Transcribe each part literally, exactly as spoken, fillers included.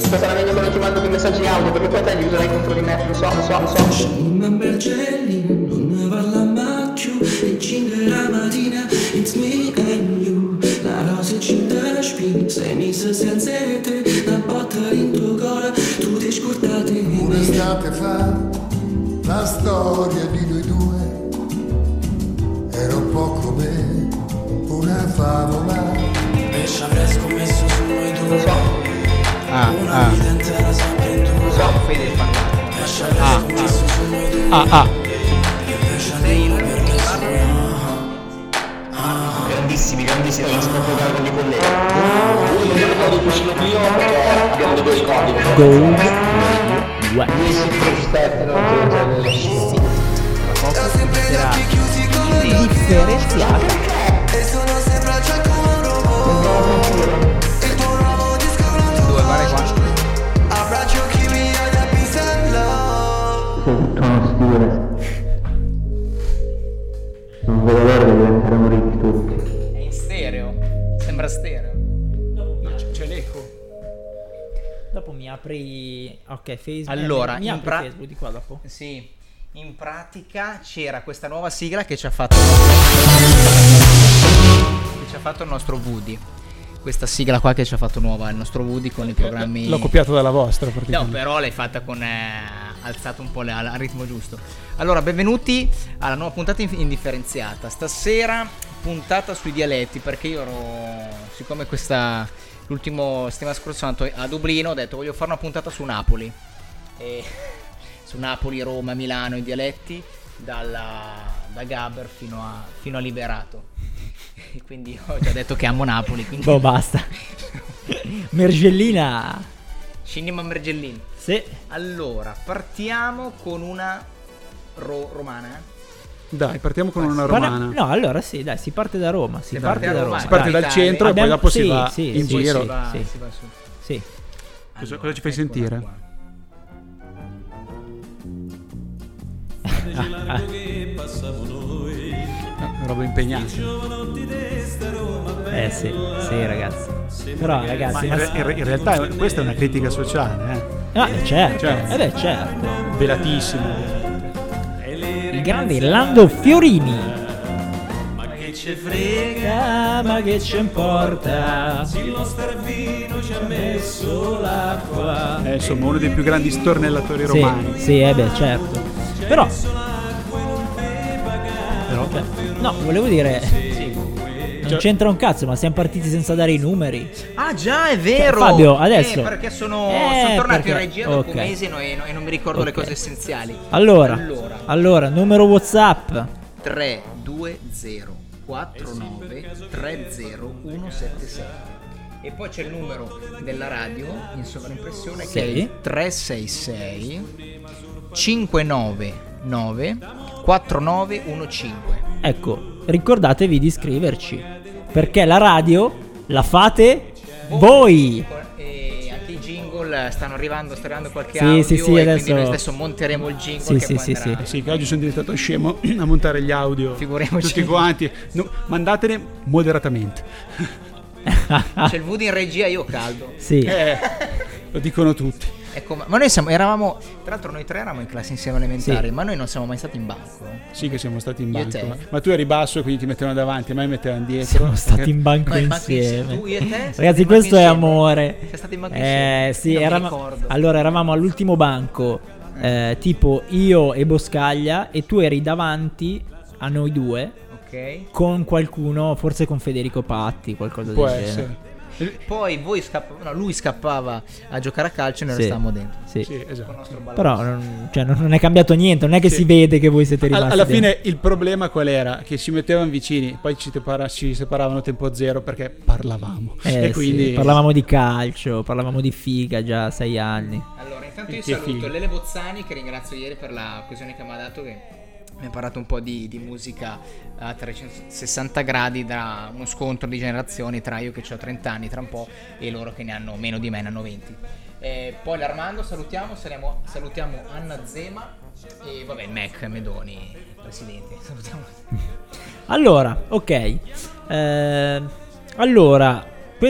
sarà meglio quando ti mando quei messaggi audio, perché poi te li userai contro di me, lo so, lo so, lo so. Una bergellina, non ne parla mai più, e cinque la mattina, it's me and you. La rosa cinta la spina, sei messa senza te, la botta in tuo cuore, tu ti scordate. Un'estate fa, la storia di noi due era un po' come una favola. Pesce avrei scommesso su noi due. Ah, una ah. vita intera sempre in due. Lo so, Fede, parla. Pesce avrei Ah, scommesso su noi due. Ah, ah. Grandissimi, grandissimi, non si può giocare con i colleghi. Io non mi ricordo il cuscino Clio perché abbiamo dei bei ricordi. Go. Lui si prospettano e sì. Differenziata. E sono sempre al cielo come un robot. Il tuo nuovo disco è un altro Due, guarda qua. abbraccio chi mi ha da peace and love. Sei tutto uno stile. Non vedo l'ora di diventare moriti tutti. È in stereo. Sembra stereo. No, c- c'è l'eco. Dopo mi apri. Ok, Facebook. Allora, mi in apri pra- Facebook di qua dopo. Sì. In pratica c'era questa nuova sigla che ci ha fatto che ci ha fatto il nostro Woody. Questa sigla qua che ci ha fatto nuova il nostro Woody con i programmi. L'ho copiato dalla vostra No, praticamente. però l'hai fatta con eh, alzato un po' le- al ritmo giusto. Allora, benvenuti alla nuova puntata in- indifferenziata. Stasera puntata sui dialetti, perché io ero, siccome questa l'ultimo settimana scorsa sono andato a Dublino, ho detto voglio fare una puntata su Napoli. E su Napoli, Roma, Milano, i dialetti dalla, da Gabber fino a, fino a Liberato. E quindi ho già detto che amo Napoli, quindi Boh, basta. Mergellina. Cinema Mergellini. Sì. Allora, partiamo con una ro- romana. eh? Dai, partiamo con una Guarda- romana. No, allora sì, dai, si parte da Roma. Si Si parte parte da da Roma. Roma. Si parte Dai, dal dai, centro e poi abbiamo- dopo si sì, va sì, in sì, Poi giro. si va, sì. si va su. Sì. Cosa- cosa ci fai eccola sentire? qua. Ah, roba impegnata. Eh sì, sì, ragazzi. Però, Ma ragazzi, in, ma... re- in realtà è- questa è una critica sociale, eh. Ah, eh, certo. Certo. Eh beh, certo. Velatissima. Il grande Lando Fiorini. Ma che ce frega, Ah, ma che ci importa? il nostro vino ci ha messo l'acqua. È insomma uno dei più grandi stornellatori Sì, romani. sì, eh beh, certo. Però, però cioè, no, volevo dire, non Cioè- c'entra un cazzo, ma siamo partiti senza dare i numeri. Ah già, è vero. Fabio, adesso- Eh, perché sono, Eh, sono tornato perché- in regia dopo ok. mesi e non, e non- e non mi ricordo le Ok. cose essenziali. Allora, Allora. allora, numero WhatsApp. tre due zero quattro nove tre zero uno sette sette. E poi c'è il numero della radio in sovraimpressione Sì. che è il tre sei sei cinque nove nove quattro nove uno cinque. Ecco, ricordatevi di iscriverci, perché la radio la fate voi. E anche i jingle stanno arrivando, sta arrivando qualche Sì, audio sì, sì, e adesso- quindi noi adesso monteremo il jingle Sì, che sì, poi sì, andrà. Eh sì, che oggi sono diventato scemo a montare gli audio. Figuriamoci. Tutti quanti. No, mandatene moderatamente. C'è il Woody in regia, io ho caldo. Sì. Eh, lo dicono tutti. Ecco, ma ma noi siamo, eravamo, tra l'altro noi tre eravamo in classe insieme elementari, Sì. ma noi non siamo mai stati in banco. Sì che siamo stati in Io e banco. te. Ma, ma tu eri basso, quindi ti mettevano davanti, a me mi mettevano dietro. Siamo stati Perché- in banco No, in banco insieme. insieme. Tu, io e te siete Ragazzi, in banco questo è insieme. amore. Siete stati in banco Eh insieme? sì, Non mi eravamo- ricordo. allora eravamo all'ultimo banco, eh, tipo io e Boscaglia, e tu eri davanti a noi due Ok. con qualcuno, forse con Federico Patti, qualcosa Può del genere. essere. Poi voi scappa- no, lui scappava a giocare a calcio e noi Sì. restavamo dentro. Sì. Sì, Con il esatto. nostro ballone. Però non, cioè, non non è cambiato niente, non è che Sì. si vede che voi siete Al- rimasti alla dentro. fine il problema qual era? Che ci mettevano vicini, poi ci, separa- ci separavano tempo zero perché parlavamo. Eh, e quindi sì, parlavamo di calcio, parlavamo di figa già a sei anni. Allora, intanto io Che saluto figo. Lele Bozzani, che ringrazio ieri per la occasione che mi ha dato, che mi ha parlato un po' di, di musica a trecentosessanta gradi, da uno scontro di generazioni tra io che ho trenta anni tra un po' e loro che ne hanno meno di me, ne hanno venti. Eh, poi l'Armando salutiamo, saliamo- salutiamo Anna Zema e vabbè il Mac Medoni, presidente, salutiamo. Allora, ok. Eh, allora, quest-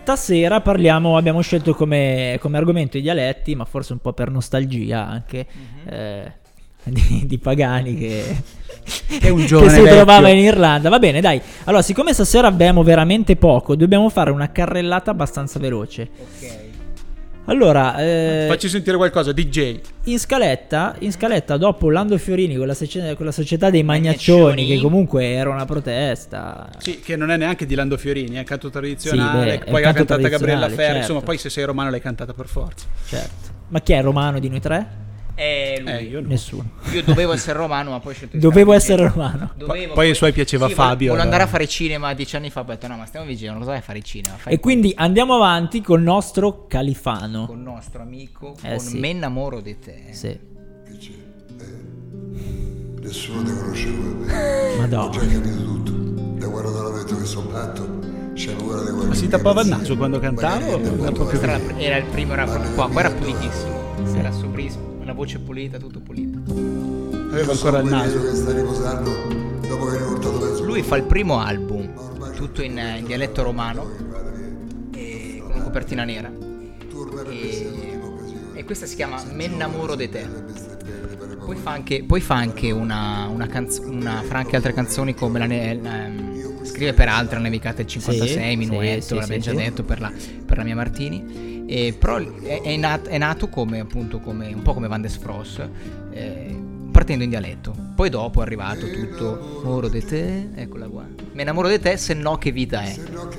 Stasera parliamo, abbiamo scelto come, come argomento i dialetti, ma forse un po' per nostalgia anche, Mhm. eh, di, di Pagani che, È un che giovane si vecchio. trovava in Irlanda. Va bene, dai. Allora, siccome stasera abbiamo veramente poco, dobbiamo fare una carrellata abbastanza veloce. Ok. Allora, eh, Facci sentire qualcosa, D J. in scaletta, in scaletta dopo Lando Fiorini, quella, socie- quella società dei magnaccioni, Magnaccioni. che comunque era una protesta. Sì, che non è neanche di Lando Fiorini, è canto tradizionale, Sì, beh, è poi l'ha canto cantata Gabriella tradizionale, Ferri, certo. insomma, poi se sei romano l'hai cantata per forza. Certo. Ma chi è romano di noi tre? Eh, lui. Eh, io no. Nessuno. Io dovevo essere romano, ma poi ho scelto di Dovevo stare essere vicino. romano. Dovevo, Poi ai suoi piaceva sì, Fabio, Volevo andare a allora. fare cinema dieci anni fa. Ho detto, no, ma stiamo vicino, cosa vai a fare cinema? Fai E quindi andiamo avanti col nostro Califano. con il nostro amico, Eh, con sì. Me innamoro di te. Sì. Che c'è? Eh? Nessuno ti conosceva. Ho Madonna. già capito tutto. Da quando te l'ho detto che sono matto, c'è ancora di guardare. Ma si tappava il naso quando cantava o era proprio Questo era, era il primo, era proprio qua, qua era pulitissimo. Era sobrissimo, una voce pulita, tutto pulito. aveva ancora il naso. che sta riposando dopo che hai portato mezzo. Lui fa il primo album, tutto in, in dialetto romano, e con copertina nera. E, e questa si chiama Me innamoro di te. Poi fa anche, poi fa anche una, una canzone, una, fa anche altre canzoni come la, ne- la- scrive per altre, La nevicata del cinquantasei, Sì, Minuetto, sì, sì, l'abbiamo sì, già sì. detto per la, per la mia Martini. E però è, è, nat- è nato come appunto come un po' come Van des Fros, eh, partendo in dialetto. Poi dopo è arrivato tutto Moro de te, eccola qua. Me innamoro di te, se no che vita è.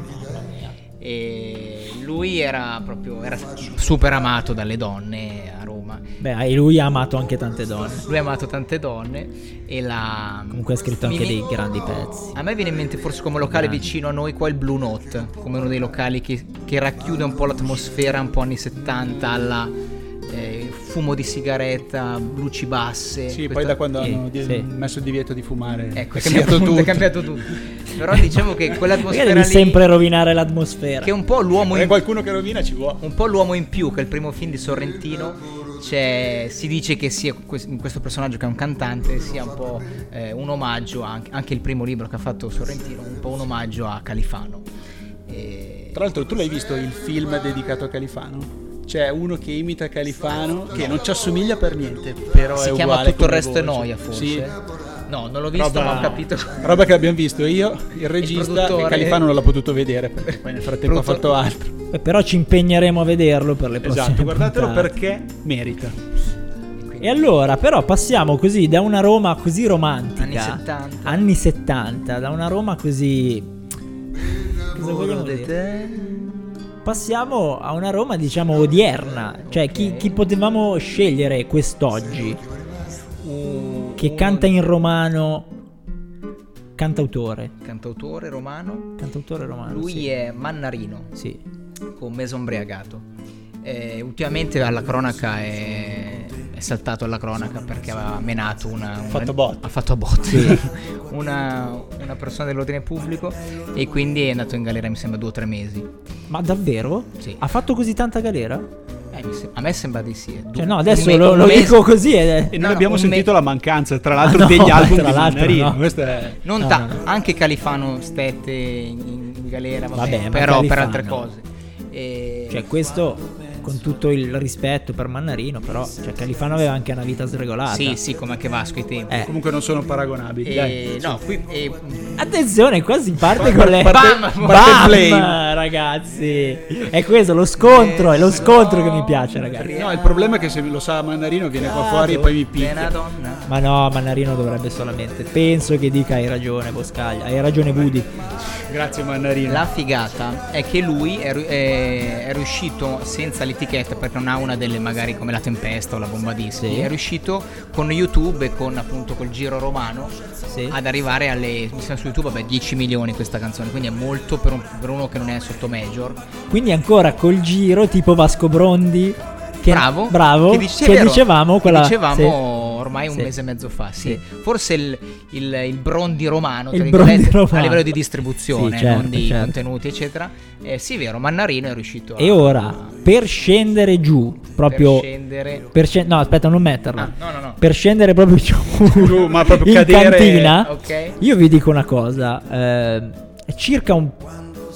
E lui era proprio era super amato dalle donne a Roma. Beh, e lui ha amato anche tante donne. Lui ha amato tante donne e la Comunque ha scritto Mi anche vi- dei grandi pezzi. A me viene in mente forse come locale Grandi. vicino a noi qua il Blue Note, come uno dei locali che, che racchiude un po' l'atmosfera un po' anni settanta, alla eh, fumo di sigaretta, luci basse. Sì, questa- poi da quando Sì, hanno di- sì. messo il divieto di fumare Ecco, è sì, cambiato appunto, tutto. è cambiato tutto. Però diciamo che Perché quell'atmosfera devi lì, sempre rovinare l'atmosfera? che è un po' l'uomo Perché in qualcuno che rovina ci vuole. un po' l'uomo in più, che è il primo film di Sorrentino. C'è, si dice che sia que- in questo personaggio che è un cantante sia un po' eh, un omaggio anche, anche il primo libro che ha fatto Sorrentino, un po' un omaggio a Califano. E- Tra l'altro tu l'hai visto il film dedicato a Califano? C'è uno che imita Califano che non ci assomiglia per niente, però si è chiama uguale Tutto il come resto è voce. noia forse. Sì. No, non l'ho visto, Roba- ma ho capito. Roba che abbiamo visto io, il regista, produttore. e Califano non l'ha potuto vedere perché poi nel frattempo ha fatto Produttore. altro. Eh, Però ci impegneremo a vederlo per le prossime Esatto, guardatelo puntate. perché merita. E allora, però, passiamo così da una Roma così romantica, Anni settanta. anni settanta, da una Roma così. Cosa vogliamo dire? Passiamo a una Roma, diciamo, odierna. Cioè, chi, chi potevamo scegliere quest'oggi? Che canta in romano. Cantautore. Cantautore romano. Cantautore romano. Lui sì. è Mannarino Sì. con Mesa Ombriagato. Eh, ultimamente alla cronaca è, è saltato alla cronaca perché aveva menato una, una fatto botte. ha fatto a botte una, una persona dell'ordine pubblico e quindi è andato in galera mi sembra due o tre mesi. Ma davvero? Sì. Ha fatto così tanta galera? Eh, mi sem- a me sembra di sì. Du- Cioè, no, adesso un me- lo, un lo mese- dico così. E... E No, noi no, abbiamo un sentito me- la mancanza, tra l'altro, Ah, no, degli album tra di l'altro Mannarino. no. Questo è... Non No, ta- no, no. anche Califano stette in, in galera, vabbè, Vabbè, ma però per Califano- altre cose. E- Cioè, questo con tutto il rispetto per Mannarino, però, cioè, Califano aveva anche una vita sregolata. Sì, sì, come anche Vasco ai tempi. Eh. Comunque non sono paragonabili. dai. E, no, qui e- Attenzione, qua si parte Parte- con le parte- Bam! parte Bam! flame. Ragazzi. È questo lo scontro, è lo scontro che mi piace, ragazzi. No, il problema è che se lo sa Mannarino viene qua fuori e poi mi È una picchia. donna. Ma no, Mannarino dovrebbe solamente. Penso che dica hai ragione, Boscaglia. Hai ragione, Budi. Grazie Mannarino. La figata è che lui è, ri- è- è riuscito senza l'etichetta perché non ha una delle magari come la Tempesta o la Bomba Dischi. Sì. È riuscito con YouTube e con appunto col giro romano Sì. ad arrivare alle mi sembra su YouTube vabbè dieci milioni questa canzone, quindi è molto per, un- per uno che non è sotto major. Quindi ancora col giro tipo Vasco Brondi. Che, Bravo, bravo. Che, Che, dice- è vero, dicevamo che quella. dicevamo sì. ormai un Sì. mese e mezzo fa. Sì. Sì. Forse il, il, il Brondi romano, Il tra Brondi virgolette, romano. a livello di distribuzione, Sì, certo, non di certo. contenuti, eccetera. Eh, sì, vero, Mannarino è riuscito a. E ora, per scendere giù, proprio. per scendere. per sce- no, aspetta, non metterla. Ah, no, no, no. Per scendere proprio giù, Giù, ma proprio in cadere- cantina. Ok. Io vi dico una cosa: eh, è circa un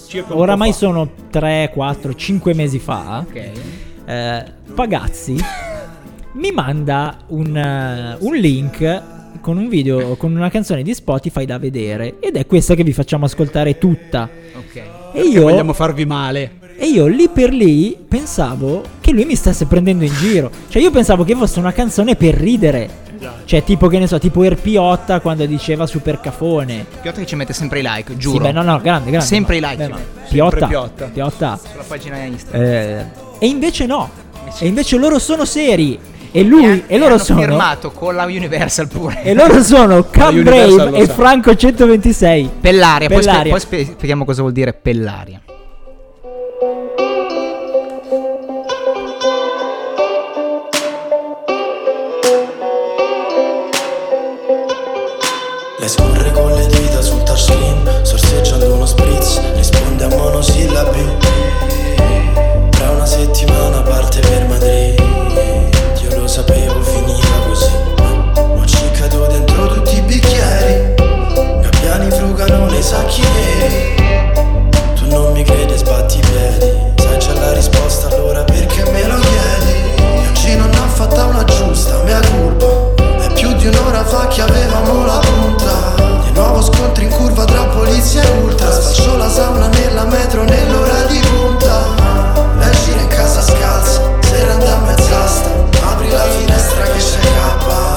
Circa un oramai po' fa. sono tre, quattro, cinque mesi fa, Ok. eh, Pagazzi mi manda un, eh, un link con un video, con una canzone di Spotify da vedere, ed è questa che vi facciamo ascoltare tutta. Ok. E Perché io, vogliamo farvi male. e io lì per lì pensavo che lui mi stesse prendendo in giro. Cioè io pensavo che fosse una canzone per ridere. Cioè tipo, che ne so, tipo Erpiotta quando diceva super cafone. Piotta che ci mette sempre i like, giuro. Sì, beh, no, no, grande, grande. Sempre ma- i like beh, ci ma mette. Piotta, Piotta. Piotta. Sulla pagina Instagram. Eh, e invece no. E invece loro sono seri. E lui han- e loro hanno sono firmato con la Universal pure. E loro sono Cam Universal Brave lo e sa. Franco centoventisei. Pellaria, poi, spie- Pellaria. poi spie- spieghiamo cosa vuol dire Pellaria. Lei scorre con le dita sul touchscreen, sorseggiando uno spritz, risponde a monosillabi. Tra una settimana parte per Madrid. Io lo sapevo finiva così, ma ci cado dentro tutti i bicchieri. Gabbiani frugano nei sacchi neri. Tu non mi credi, sbatti i piedi. Sai già la risposta, allora perché me lo chiedi? Oggi non ha fatta una giusta, mea colpa. È più di un'ora fa che avevamo la punta. Di nuovo scontri in curva tra polizia e ultra. Sfascio la sauna nella metro nell'ora di punta. Lei gira in casa scalza, sera anda a mezz'asta. Apri la finestra che scappa.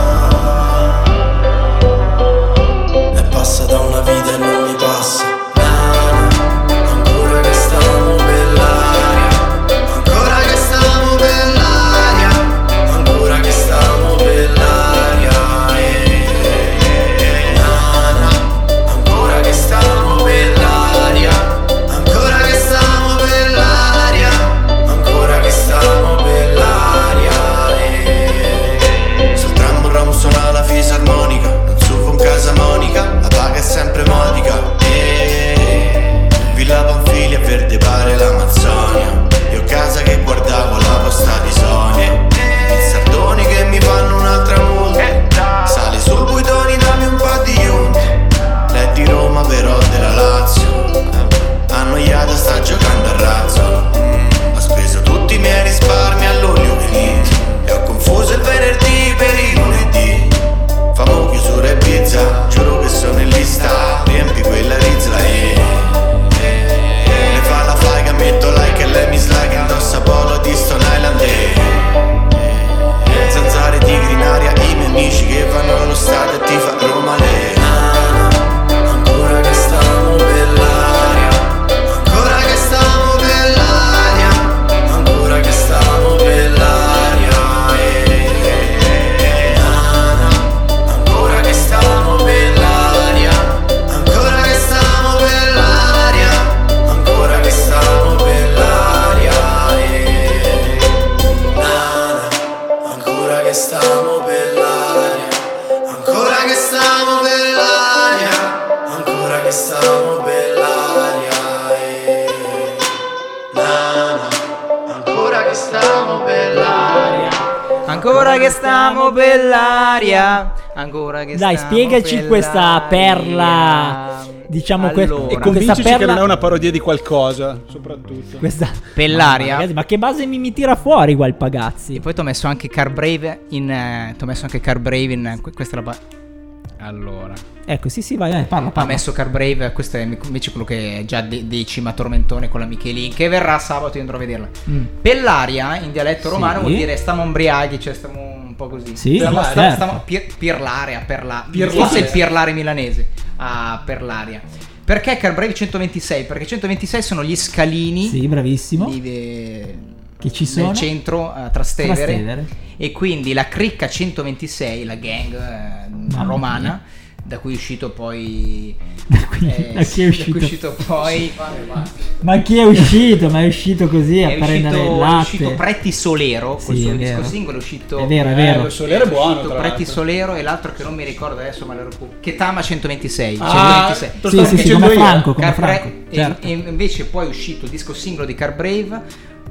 E passa da una vita e non mi passa. Ancora che stiamo per l'aria. Ancora che stiamo per l'aria. Ancora che stiamo per l'aria. Ancora che stiamo per l'aria. Ancora che stiamo per l'aria. Ancora che stiamo per l'aria. Sul tram un rom suona la fisarmonica. Non suffo in casa Monica, la paga è sempre modica. Villa Panfilia, verde pare l'Amazzonia. Io casa che guardavo la posta di Sonia. I sardoni che mi fanno un'altra multa. Sali sul buidoni, dammi un po' di yunta. Lei è di Roma però della Lazio. Annoiata sta giocando a razzo. Mm, Ho speso tutti i miei risparmi all'olio Uniti. E ho confuso il venerdì per il lunedì. Famo chiusura e pizza, giuro che sono in lista. Riempi quella rizla e le fa la faiga, metto like e lei mi slag. Indossa polo di Stone Island e zanzare tigri in aria. I miei amici che vanno allo stadio e ti fa Roma le. Ancora che stiamo per l'aria. Ancora che stiamo per l'aria. Ancora che stiamo per l'aria. Ancora che stiamo per l'aria. Ancora che stiamo per l'aria. Ancora che stiamo per l'aria. Ancora che stiamo per l'aria. Ancora che stiamo per l'aria. Ancora che stiamo per l'aria. Ancora che stiamo per l'aria. Ancora che stiamo per l'aria. Ancora che Dai, stiamo spiegaci per questa l'aria. perla, diciamo, que- Allora, E questa convincici che perla- non è una parodia di qualcosa, soprattutto. Questa Pellaria. Ma, ragazzi, ma che base mi, mi tira fuori qua il E Pagazzi? poi ti ho messo anche Car Brave in eh, ti ho messo anche Car Brave in que- questa è la ba- allora Ecco, sì, sì, vai, vai, parla, ha parla. messo Car Brave, questo è invece quello che è già de- decima tormentone con la Michelin, che verrà sabato, io andrò a vederla. Mm. Pellaria in dialetto Sì. romano vuol dire stiamo ombriaghi, cioè stiamo un po' così. Sì, stiamo, certo. stiamo, stiamo pir- pirlare a perla Pirlare. forse il pirlare milanese a Perlaria. Perché Car Brave centoventisei? Perché centoventisei sono gli scalini Sì, bravissimo. lì de- Che ci sono nel centro a Trastevere. Trastevere. E quindi la cricca centoventisei, la gang eh, Mamma romana, mia. da cui è uscito poi Da cui- eh, da chi è sì, da cui uscito? poi Ma chi è uscito? Ma è uscito così a è prendere uscito, il è latte. uscito Pretti Solero col Sì, suo è disco vero. singolo, è uscito È vero, è Eh, vero. lo Solero è buono, uscito tra Pretti l'altro. Solero e l'altro che non mi ricordo adesso, ma lo recupero. Chetama centoventisei. Ah, centoventisei. lo Sì, stavo sì, sì, dicendo come io. Franco, come Car Bra- Franco. e- Certo. e invece poi è uscito il disco singolo di Car Brave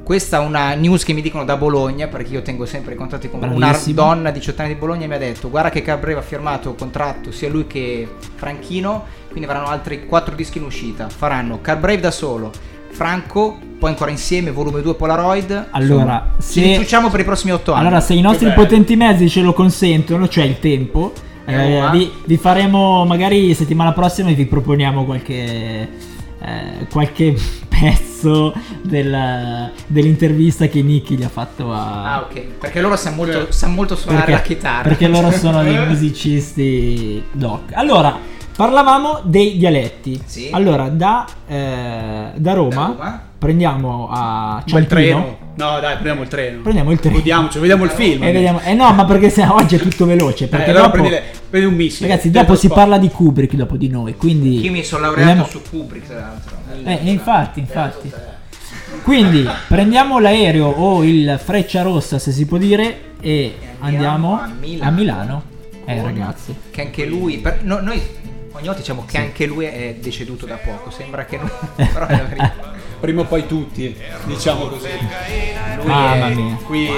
questa è una news che mi dicono da Bologna, perché io tengo sempre i contatti con una Bravissimo. donna di diciotto anni di Bologna, mi ha detto guarda che Carbrave ha firmato contratto sia lui che Franchino, quindi avranno altri quattro dischi in uscita, faranno Carbrave da solo, Franco, poi ancora insieme, volume due Polaroid. Allora, insomma, se- ci rinciucciamo per i prossimi otto anni. Allora, se i nostri Che bello. potenti mezzi ce lo consentono, cioè il tempo, eh, Eh, vi, vi faremo magari settimana prossima e vi proponiamo qualche eh, qualche pezzo del- dell'intervista che Nicky gli ha fatto a Ah, ok, perché loro sanno molto, sanno molto suonare la chitarra. perché loro sono dei musicisti doc. Allora, parlavamo dei dialetti. Sì. Allora, da, eh, da Roma, Da Roma? prendiamo a Ma il Ciampino. treno? No, dai, prendiamo il treno. Prendiamo il treno. Godiamoci, vediamo il film. E vediamo. Eh no, ma perché se oggi è tutto veloce. Eh, Perché allora dopo, prendi, le- prendi un missile. ragazzi, Teletrasporto. dopo si parla di Kubrick dopo di noi. Quindi Io mi sono laureato vediamo- su Kubrick, tra l'altro. Eh, infatti, infatti. Quindi prendiamo l'aereo o il Freccia Rossa, se si può dire, e andiamo a a Milano. Milano. Eh, ragazzi. Che anche lui, per- no- noi ogni volta diciamo che anche lui è deceduto da poco, sembra che non, però è la verità. Prima o poi tutti, diciamo così. Lui Mamma è, mia. Qui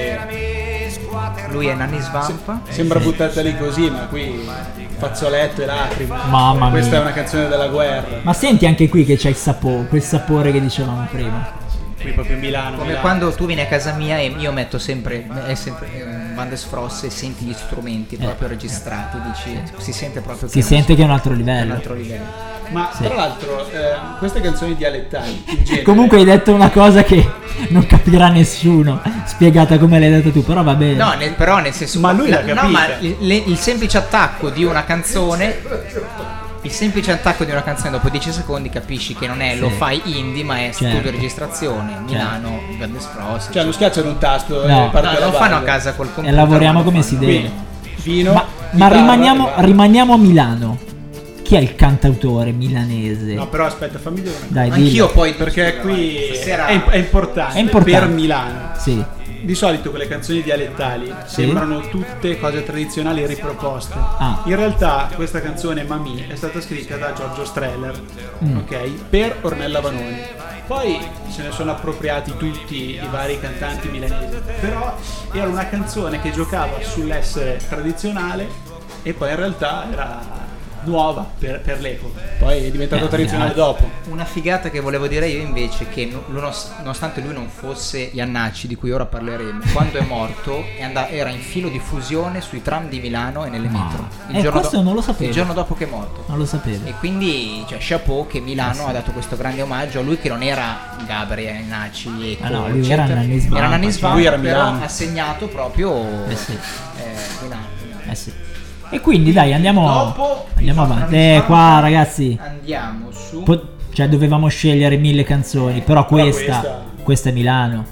lui è Nanni Svampa. sembra buttata lì così, ma qui fazzoletto e lacrime. Mamma Questa mia. è una canzone della guerra. Ma senti anche qui che c'è il sapore, quel sapore che dicevamo prima. Qui proprio Milano. Come Milano. quando tu vieni a casa mia e io metto sempre, è sempre un Van der Sfross e senti gli strumenti proprio registrati, dici, si sente proprio Si che sente che è un altro è un livello. altro livello. Ma tra l'altro, eh, queste canzoni dialettali in genere, Comunque hai detto una cosa che non capirà nessuno, spiegata come l'hai detta tu, però va bene. No, nel- però nel senso, Ma lui l'ha no, capita. ma il, le- il semplice attacco di una canzone, il semplice attacco di una canzone dopo dieci secondi capisci che non è lo fai indie, ma è studio Certo. e registrazione, Milano, Van der Sfross. cioè non schiacciano un tasto No. e parte No, la lo fanno a banda. casa col E computer. lavoriamo ma lo come fanno. si deve. Qui, vino, Ma, ma chitarra, rimaniamo, e va. rimaniamo a Milano. Chi è il cantautore milanese? No, però aspetta, fammi dire una cosa. Dai, Anch'io dillo. Poi perché qui Stasera- è, è importante, È importante. per Milano. Sì. Di solito quelle canzoni dialettali sembrano tutte cose tradizionali riproposte. Ah. In realtà questa canzone Mamì è stata scritta da Giorgio Streller, Mm. ok? Per Ornella Vanoni. Poi se ne sono appropriati tutti i vari cantanti milanesi. Però era una canzone che giocava sull'essere tradizionale e poi in realtà era nuova per, per l'epoca. Poi è diventata Eh, tradizionale eh. dopo. Una figata che volevo dire io invece che no- nonos- nonostante lui non fosse Iannacci, di cui ora parleremo, quando è morto è and- era in filo di fusione sui tram di Milano e nelle Ma- metro. eh, questo non lo sapevo. Il giorno dopo che è morto. Non lo sapevo. E quindi, cioè, chapeau che Milano ha dato questo grande omaggio a lui che non era Gabriel, Iannacci, Eco, Ah, no, lui eccetera. era Nanni Svampa, Era Nanni cioè. Svampa, Lui era però Milano. ha segnato proprio Eh sì. eh, Milano. Milano. Eh sì. E quindi dai, andiamo, Dopo andiamo vi fa avanti. Nanni Eh, Svampa, qua ragazzi, andiamo su po- cioè dovevamo scegliere mille canzoni, però questa, questa- questa è Milano.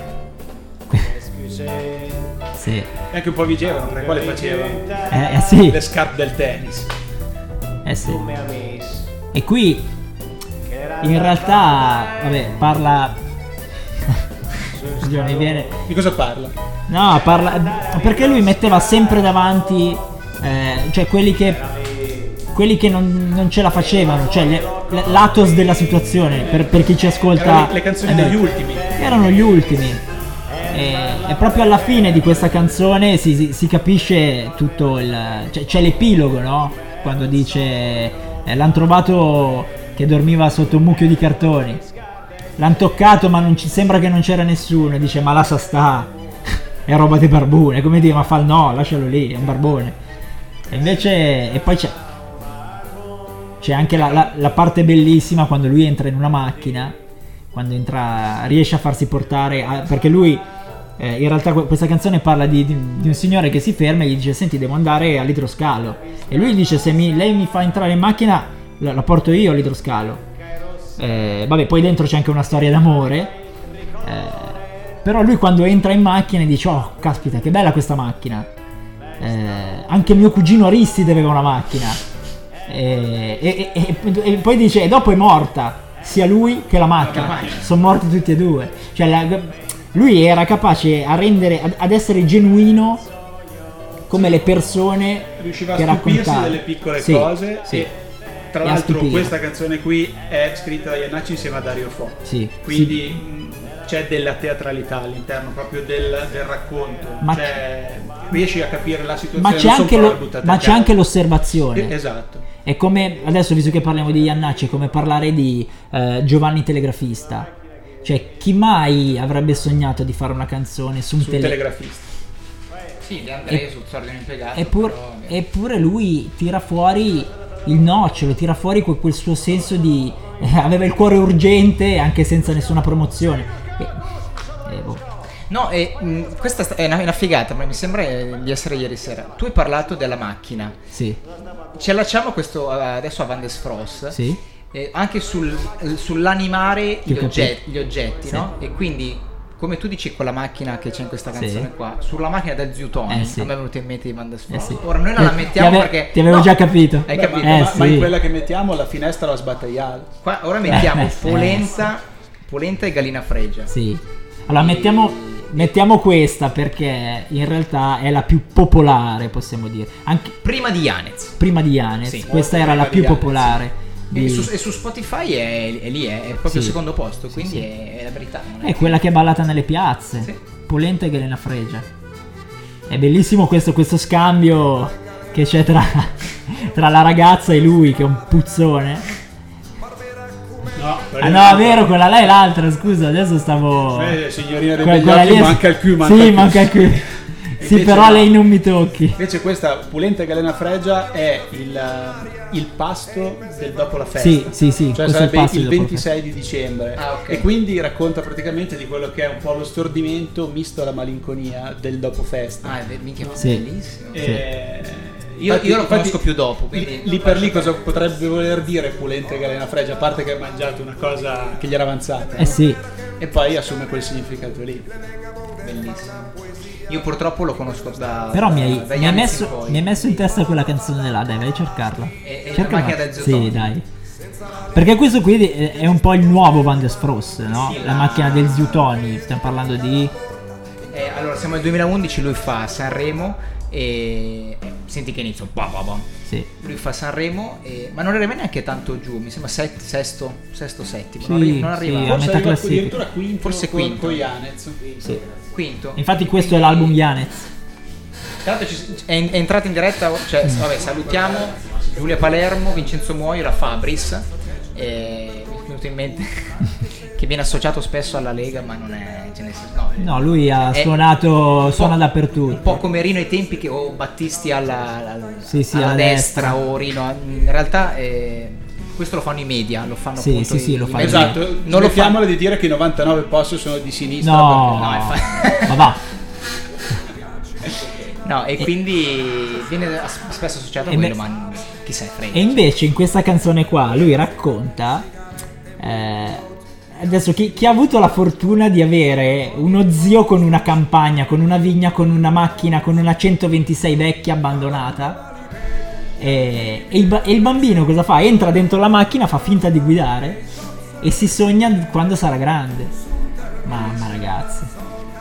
Sì. E anche un po' vigevano, tra le quali faceva Eh, eh, sì. le scarpe del tennis. Eh sì. E qui in realtà, vabbè, parla. Oddio, mi viene. Di cosa parla? No, parla. Perché lui metteva sempre davanti. eh, cioè quelli che. Quelli che non, non ce la facevano, cioè le- le- l'atos della situazione, per, per chi ci ascolta. Erano le- le canzoni eh beh, degli ultimi. Erano gli ultimi. E, e proprio alla fine di questa canzone si, si- si capisce tutto il. Cioè, c'è l'epilogo, no? Quando dice. eh, l'hanno trovato che dormiva sotto un mucchio di cartoni. L'hanno toccato, ma non ci sembra che non c'era nessuno. E dice: ma lascia sta, è roba di barbone. Come dire, ma fa il no, lascialo lì, è un barbone. E invece. E poi c'è. C'è anche la, la- la parte bellissima quando lui entra in una macchina. Quando entra, riesce a farsi portare. a- perché lui. eh, in realtà que- questa canzone parla di, di- di un signore che si ferma e gli dice: senti, devo andare all'idroscalo. E lui dice: se mi- lei mi fa entrare in macchina, la, la porto io all'idroscalo. Eh, vabbè, poi dentro c'è anche una storia d'amore. Eh, però lui quando entra in macchina dice: oh, caspita, che bella questa macchina. Eh, anche mio cugino Aristide aveva una macchina. Eh, e, e- e- e poi dice: e dopo è morta sia lui che la macchina. Sono morti tutti e due. Cioè, la- lui era capace a rendere, ad, ad essere genuino come le persone Riusciva che a stupirsi raccontava. delle piccole Sì, cose sì. e tra E a l'altro stupire. questa canzone qui è scritta da Iannacci insieme a Dario Fo. Sì, Quindi mh, c'è della teatralità all'interno proprio del, del racconto, Ma- cioè, riesci a capire la situazione, Ma c'è, non sono anche, parole lo- buttate ma a c'è caso. anche l'osservazione. Eh, esatto. È come, adesso visto che parliamo di Iannacci, è come parlare di eh, Giovanni Telegrafista. Cioè, chi mai avrebbe sognato di fare una canzone su un Sul tele- telegrafista. Sì, De André sul sordo impiegato. Eppur- però- eppure lui tira fuori il nocciolo, tira fuori quel, quel suo senso di... eh, aveva il cuore urgente anche senza nessuna promozione. E, e boh. No, e, mh, questa sta- è una, è una figata, ma mi sembra eh, di essere ieri sera. Tu hai parlato della macchina. Sì, Ci allacciamo a questo, adesso a Van der Frost. sì. eh, anche sul, sull'animare Ti gli, ho ogget- capito. gli oggetti, Sì. no? E quindi, come tu dici con la macchina che c'è in questa Sì. canzone qua, sulla macchina del Ziutoni, Eh, sì. a me è venuto in mente di Van der Eh, Frost. sì. Ora noi non la Ti- mettiamo ti ave- perché... ti avevo no, già capito. Hai Beh, capito? ma, Eh, ma- ma sì. in quella che mettiamo la finestra la sbattagliata. Qua, ora mettiamo Eh, eh, polenta, polenta e gallina fregia. Sì. Allora mettiamo, mettiamo questa perché in realtà è la più popolare, possiamo dire. Anche Prima di Yanez. prima di Yanez, Sì. questa era Prima la di più Yanez, popolare. di- E su, e su Spotify è, è lì, è proprio Sì. il secondo posto, quindi sì. È, è la verità. Non È quella che è ballata nelle piazze. Sì. Polenta e Galena Fregia. È bellissimo questo, questo scambio che c'è tra, tra la ragazza e lui, che è un puzzone. No, Ah no, è vero, quella là è l'altra, scusa, adesso stavo... Eh, signorina dei Que- begli quella occhi, lì è- manca il Q, manca Sì, il Q. manca il Q. Sì, Invece però no. lei non mi tocchi. Invece questa Pulenta Galena Fregia è il, il pasto del dopo la festa. Sì, sì, sì, Cioè questo è il sarebbe pasto il del dopo la ventisei di dicembre. Ah, ok. E quindi racconta praticamente di quello che è un po' lo stordimento misto alla malinconia del dopo festa. Ah, è be- minchia, Sì. bellissimo. E- Io- infatti- io lo infatti conosco più dopo, quindi- lì, lì per lì cosa potrebbe voler dire Pulenta Galena Fregia, a parte che ha mangiato una cosa che gli era avanzata, Eh sì, e poi assume quel significato lì. Bellissimo. Io purtroppo lo conosco da. però mi hai, da- da mi hai Yanez in messo, poi. mi hai messo in testa quella canzone là, dai, vai a cercarla. È- è la Cercala. macchina del Zootone. Sì, dai. Perché questo qui è è un po' il nuovo Van der Frost, no? Sì, La la- macchina del Ziutoni, stiamo parlando di... Eh, allora, siamo nel duemilaundici, lui fa Sanremo e. eh, Senti che inizio. Bah, bah, bah. Sì. Lui fa Sanremo, e... ma non arriva neanche tanto giù, mi sembra set- sesto, sesto, settimo. Sì, non, arri- non arriva. sì, a Forse metà arriva classifica. addirittura quinto, Forse con, quinto. con Yanez. Sì. Quinto. Infatti questo è Quindi- l'album Yanez. Tra l'altro ci- è, è entrato in diretta, cioè, vabbè, salutiamo Giulia Palermo, Vincenzo Muoio, la Fabris. E mi è venuto in mente che viene associato spesso alla Lega, ma non è. Ce ne no, No, lui ha È suonato, un po'- suona dappertutto. Un po' come Rino ai tempi che o Battisti alla, alla, Sì, sì, alla alla destra, destra. o Rino. In realtà eh, questo lo fanno i media, lo fanno Sì, appunto sì, sì, i- lo i fanno. media. Esatto, Non lo smettiamola fanno. di dire che i novantanove posti sono di sinistra. No, No, infa- ma va. No, e quindi viene as- spesso associato a E quello, me- ma chi se ne frega. E invece in questa canzone qua lui racconta, eh, adesso chi, chi ha avuto la fortuna di avere uno zio con una campagna, con una vigna, con una macchina, con una centoventisei vecchia abbandonata, e, e il, ba- e il bambino cosa fa? Entra dentro la macchina, fa finta di guidare e si sogna quando sarà grande. Mamma ragazzi.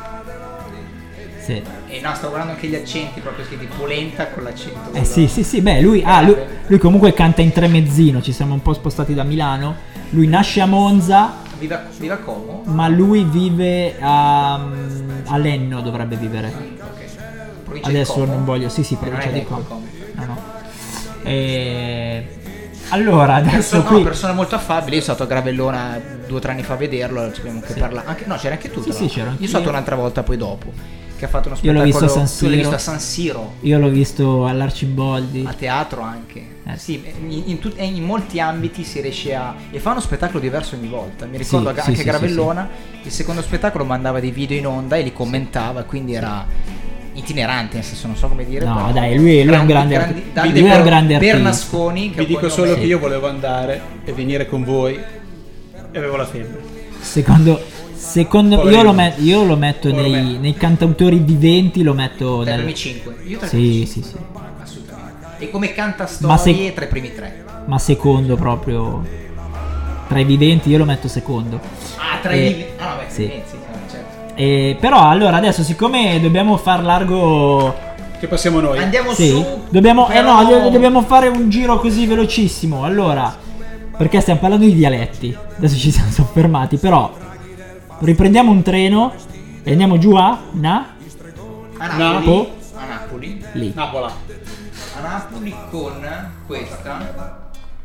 Sì. E no, sto guardando anche gli accenti proprio scritti polenta con l'accento. Eh sì, sì, sì, beh, lui, ah, lui, lui comunque canta in tremezzino, ci siamo un po' spostati da Milano. Lui nasce a Monza, Viva, viva Como? ma lui vive a, a Lenno, dovrebbe vivere. Ok. Provincia di Adesso Como? non voglio, sì, sì, Non provincia è di Lecco, Como. Como. No, no. E... Allora, adesso Persona, qui... no, persona molto affabile. Io sono stato a Gravellona due o tre anni fa a vederlo. Ci abbiamo anche Sì. parlato. Anche, no, c'era anche tu. Sì, tra sì, l'altro. c'ero Io anch'io. sono stato un'altra volta poi dopo. Che ha fatto uno Io l'ho spettacolo. visto a San Tu l'hai Siro. visto a San Siro. Io l'ho visto all'Arciboldi. A teatro anche. Eh. Sì, in, in tut- in molti ambiti si riesce a. E fa uno spettacolo diverso ogni volta. Mi ricordo Sì, che sì, anche sì, a Gravellona. Il secondo spettacolo mandava dei video in onda e li commentava. Quindi era itinerante, nel senso non so come dire. No, però dai, lui- lui è un grande grandi- arti- grandi- lui è un grande artista. Bernasconi. che Vi dico poi solo nome- che io volevo andare e venire con voi e avevo la febbre. Secondo, secondo Poverino. io, lo met- io lo metto Povero nei, me. nei cantautori viventi, lo metto Tra i nel... primi cinque. Io tra i primi Sì, cinque. sì, sì. Assolutamente. E come canta Ma se- storie tra i primi tre. Ma secondo proprio tra i viventi io lo metto secondo. Ah, tra Eh, i vivi- Ah, vabbè, sì. sì, sì, certo. Eh, però allora adesso siccome dobbiamo far largo, Che passiamo noi. Andiamo sì, su. dobbiamo, eh però- no, do- dobbiamo fare un giro così velocissimo. Allora, perché stiamo parlando di dialetti, adesso ci siamo soffermati, però riprendiamo un treno e andiamo giù a Na? A Napoli, Napo? a Napoli, Lì. Napola. a Napoli con questa.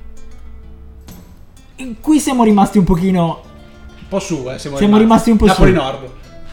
Qui siamo rimasti un pochino. Un po' su, eh. Siamo, Siamo rimasti un po' Napoli su. Nord.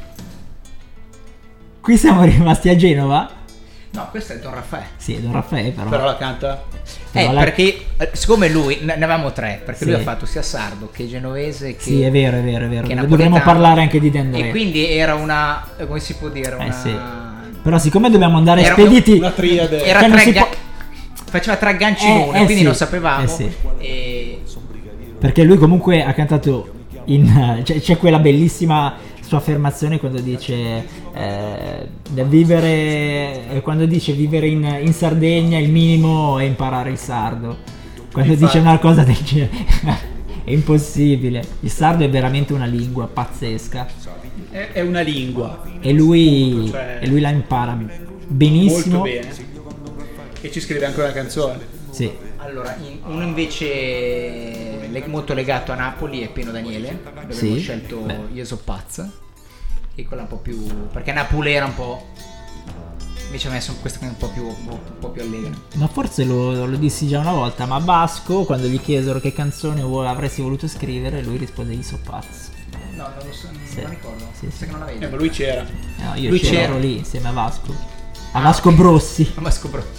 Qui siamo rimasti a Genova. No, questo è Don Raffaele. Sì, Don Raffaele però. Però la canta. Eh, No, la- perché eh, siccome lui, ne ne avevamo tre, perché Sì. lui ha fatto sia sardo che genovese che... Sì, è vero, è vero, è vero. che Dovremmo napoletano. parlare anche di De André. E quindi era una, eh, come si può dire, Eh una... sì. Però siccome dobbiamo andare Era spediti. Una triade. Era Cioè, non tre si ga- può- faceva tre agganci in Eh, uno, eh quindi sì, non sapevamo. eh sì. E... Perché lui comunque ha cantato in. C'è, c'è quella bellissima sua affermazione quando dice eh, da vivere eh, quando dice vivere in, in Sardegna il minimo è imparare il sardo. Quando Infatti. dice una cosa del genere è impossibile. Il sardo è veramente una lingua pazzesca È, è una lingua. e lui, Cioè, e lui la impara benissimo. Molto bene. E ci scrive anche una canzone. Sì. Allora, in- uno invece le- molto legato a Napoli è Pino Daniele, dove Sì. abbiamo scelto Beh. Io so pazza, e quella un po' più... perché Napoli era un po'... invece ha messo questa che è un po' più, un po' più allegra. Ma forse lo, lo dissi già una volta, ma Vasco, quando gli chiesero che canzone vuoi- avresti voluto scrivere, lui risponde io so pazzo. No, non lo so, non Sì. me lo ricordo, Sì, sai sì. che non la Eh, vedo. ma lui c'era. Eh no, io Lui c'ero c'era. lì insieme a Vasco. A Vasco Brossi. Ma scopro.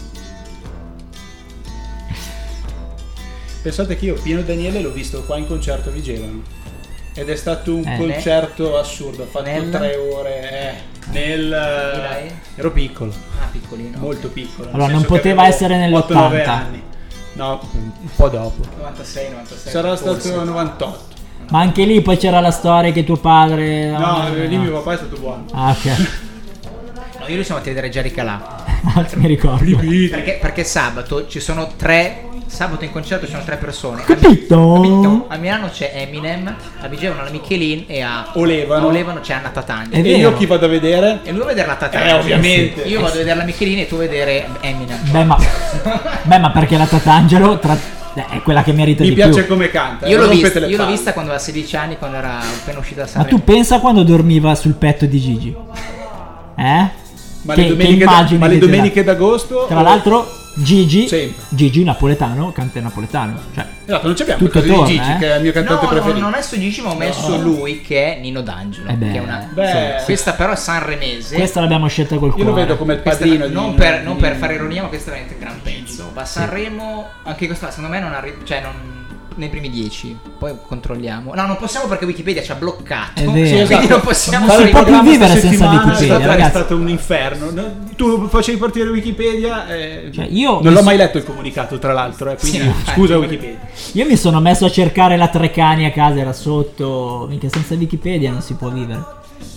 Pensate che io Pino Daniele l'ho visto qua in concerto a Vigevano. Ed è stato un Eh. concerto assurdo. Ha fatto Nel? tre ore. Eh, nel. Dai. Ero piccolo. Ah, piccolino. Molto piccolo. nel Allora, non senso che poteva avevo essere otto nove nell'ottanta. anni. No, un po' dopo. novantasei, novantasei. Sarà forse. stato novantotto. Ma anche lì poi c'era la storia che tuo padre. No, no, lì no. mio papà è stato buono. Ah, ok. No, io li siamo andati a vedere Jerry Calà. Non mi ricordo. Perché, perché sabato ci sono tre. Sabato in concerto ci sono tre persone. Capito? Capito? A Milano c'è Eminem, a Vigevano la Michelin e a Olevano. a Olevano c'è Anna Tatangelo. È E vero. io chi vado a vedere? E lui va a vedere la Tatangelo. Eh, ovviamente. Io vado a vedere la Michelin e tu a vedere Eminem. Beh, ma. Beh, ma perché la Tatangelo tra- eh, è quella che merita Mi di piace più. come canta. Io non l'ho, rompete vista, le io l'ho palle. vista quando aveva sedici anni, quando era appena uscita da Ma Sanremo. tu pensa quando dormiva sul petto di Gigi? Eh? Ma Che- le che domeniche, immagini ma le che ti dà? domeniche d'agosto. Tra l'altro Gigi, Sempre. Gigi napoletano, canta in napoletano. Cioè, Esatto, non ci abbiamo Tutto il caso di torna, Gigi, eh. che è il mio cantante No, preferito. no, non è su Gigi, ma ho messo lui che è Nino D'Angelo. Eh beh, che è una... Beh, Questa però è sanremese. questa l'abbiamo scelta col io cuore. lo vedo come il Questa padrino. non, di- per, non di- per fare ironia, ma questo è veramente un gran pezzo. Va a Sanremo, anche questo secondo me non arriva, cioè non nei primi dieci. Poi controlliamo. No, non possiamo perché Wikipedia ci ha bloccato. È vero. Quindi Sì, esatto. non possiamo Non si Fare il può più programma vivere sta senza settimana Wikipedia, è stato, ragazzi. è stato un inferno. No, tu facevi partire Wikipedia. eh, Cioè, io non mi l'ho so- mai letto il comunicato, tra l'altro. Eh, quindi Sì, infatti. scusa Wikipedia. Io mi sono messo a cercare la Trecani a casa, era sotto. Minchia, senza Wikipedia non si può vivere.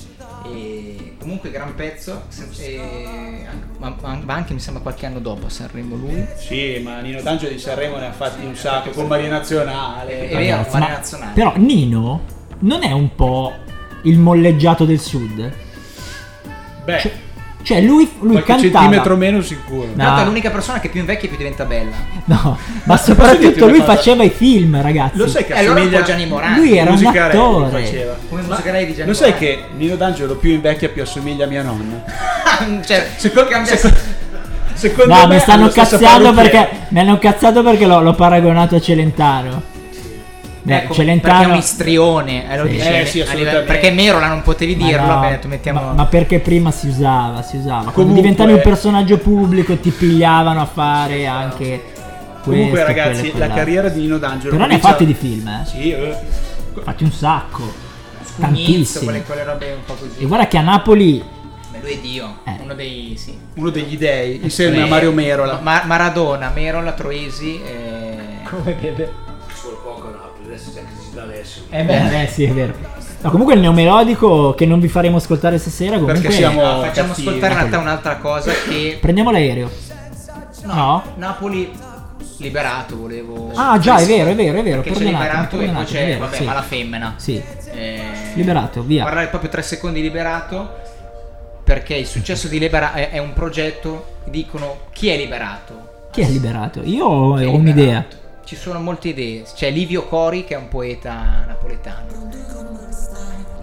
E comunque gran pezzo. se- e anche- ma, ma anche mi sembra qualche anno dopo a Sanremo lui. Sì, ma Nino D'Angelo di Sanremo ne ha fatti un sacco con Maria Nazionale. È vero, Ragazzi, Mare ma- Nazionale. Però Nino non è un po' il molleggiato del sud? Beh, Cioè, cioè lui, lui qualche cantava. centimetro meno sicuro. No. Tanto è l'unica persona che più invecchia e più diventa bella. No, ma dirti soprattutto una lui cosa? faceva i film, ragazzi. Lo sai che E allora un assomiglia po' Gianni Morandi. Lui era un Musicarelli attore. faceva. Come musicarelli di Gianni Lo sai Morandi. che Nino D'Angelo più invecchia più assomiglia a mia nonna? Cioè, Secondo, cambia- secondo, secondo No, me mi stanno ha lo stesso cazziando parrucchiere. perché mi hanno cazzato perché l'ho, l'ho paragonato a Celentano. Beh, Ecco, Celentano perché è un istrione, eh, lo Sì. dice, Eh, sì, a assolutamente. livello- perché Merola non potevi Ma dirlo, no, beh, tu mettiamo ma, ma perché prima si usava, si usava. Quando Comunque- diventavi un personaggio pubblico ti pigliavano a fare anche questo, Comunque quello e ragazzi, la quell'altro. carriera di Nino D'Angelo Però ne ha comincia- fatti di film, eh. Sì, eh. Fatti un sacco. Scugnizzo, Tantissimi. quelle, quelle robe un po' così. E guarda che a Napoli Beh, lui è Dio, Eh. uno dei sì. uno degli dei, insieme a Eh, Mario Merola. Ma- Maradona, Merola, Troisi e... come vede. Solo poco Napoli, adesso c'è che si da adesso. Eh beh, eh, sì, è vero. No, comunque il neomelodico che non vi faremo ascoltare stasera, comunque Perché siamo No, facciamo cattivi. ascoltare in realtà un'altra cosa che... prendiamo l'aereo. No? Napoli liberato, volevo... Ah, già, è vero, è vero, è vero, Perché c'è perdonate, liberato e poi perdonate, c'è, è vero, vabbè, sì. ma la femmina. Sì. Eh, Liberato, via. Parlare proprio tre secondi di Liberato, perché il successo di Liberato è, è un progetto, dicono chi è Liberato? Chi è liberato? Io ho Chi è un'idea. Liberato? Ci sono molte idee, c'è Livio Cori che è un poeta napoletano.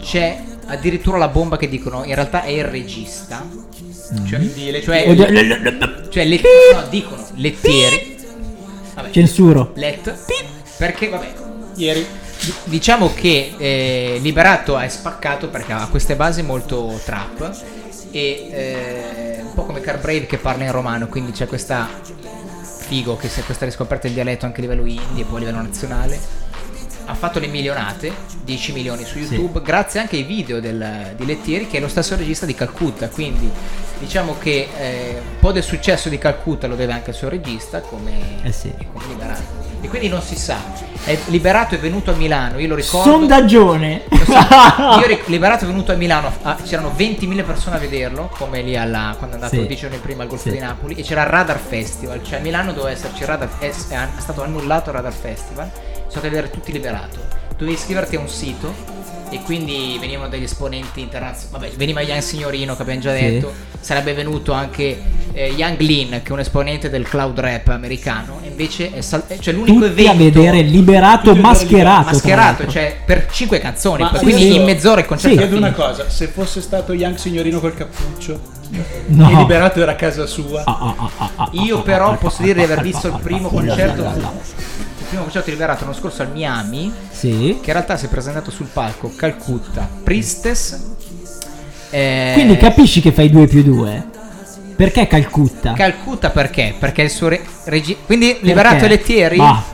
c'è addirittura la bomba che dicono in realtà è il regista. Cioè, Quindi cioè, Lettieri. cioè le, no, dicono Lettieri. Vabbè, Censuro. Let. Perché vabbè. Ieri. Diciamo che eh, Liberato è spaccato perché ha queste basi molto trap e eh, un po' come Carbrave che parla in romano, quindi c'è questa figo che se questa riscoperta del dialetto anche a livello indie e poi a livello nazionale. Ha fatto le milionate, dieci milioni su YouTube, sì. Grazie anche ai video del, di Lettieri, che è lo stesso regista di Calcutta, quindi diciamo che eh, un po' del successo di Calcutta lo deve anche al suo regista, come, eh sì. come Liberato. E quindi non si sa, è Liberato è venuto a Milano, io lo ricordo. Sondaggione. Lo so, io ric- Liberato è venuto a Milano, ah, c'erano ventimila persone a vederlo, come lì alla, quando è andato sì. dieci giorni prima al Golfo sì. di Napoli, e c'era il Radar Festival, cioè a Milano doveva esserci il Radar, è, è, è stato annullato il Radar Festival, sono andati a vedere tutti Liberato, dovevi iscriverti a un sito e quindi venivano degli esponenti internazionali, vabbè, veniva Young Signorino che abbiamo già detto, sì. Sarebbe venuto anche eh, Young Lean che è un esponente del cloud rap americano, e invece è sal- cioè l'unico tutti evento a vedere Liberato mascherato mascherato, cioè per cinque canzoni. Ma quindi io, in mezz'ora il concerto. Sì, chiedo una cosa, se fosse stato Young Signorino col cappuccio no. e Liberato era a casa sua. Ah, ah, ah, ah, ah, io ah, però ah, posso ah, dire di ah, aver ah, visto ah, il primo ah, concerto ah, ah, ah, il primo concerto di Liberato l'anno scorso al Miami, sì. Che in realtà si è presentato sul palco Calcutta, Priestess, eh... quindi capisci che fai due più due. Perché Calcutta? Calcutta perché? Perché il suo re- regi- quindi perché? Liberato e Lettieri? Bah.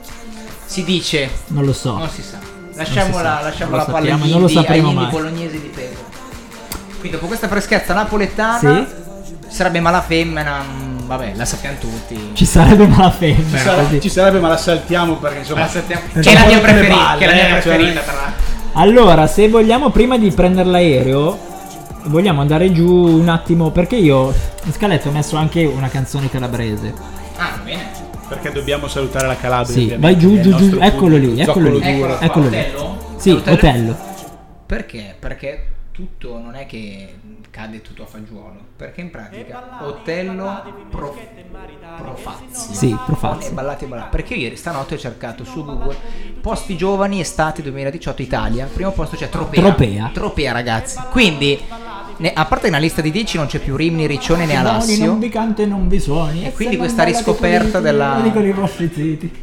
Si dice, non lo so, non si sa, lasciamola, si lasciamo sa. la palla agli non lo sapremo indie mai. bolognesi di peso. Quindi dopo questa freschezza napoletana sì. Sarebbe Malafemmina, mh, vabbè, la sappiamo tutti. Ci sarebbe Malafemmina. Ci, sarà, ci sarebbe, ma la saltiamo perché insomma la saltiamo. Che è la mia preferita, balle, che è la mia eh, preferita cioè... tra l'altro. Allora, se vogliamo prima di prendere l'aereo, vogliamo andare giù un attimo, perché io in scaletta ho messo anche una canzone calabrese. Ah, bene. Perché dobbiamo salutare la Calabria. Sì, vai giù, giù, giù, eccolo lì, eccolo lì. Eccolo, eccolo lì. Otello? Sì, Otello? Otello. Perché? Perché tutto non è che cade tutto a fagiolo, perché in pratica Otello pro, Profazzi. Sì, Profazzi. E ballati e ballati. Perché io ieri stanotte ho cercato su Google posti giovani estate duemiladiciotto Italia, primo posto c'è Tropea. Tropea. Tropea, ragazzi. Quindi ne, a parte una lista di dieci non c'è più Rimini, Riccione né Alassio. Non vi canto e non vi suoni. E quindi questa riscoperta della con i vostri ziti.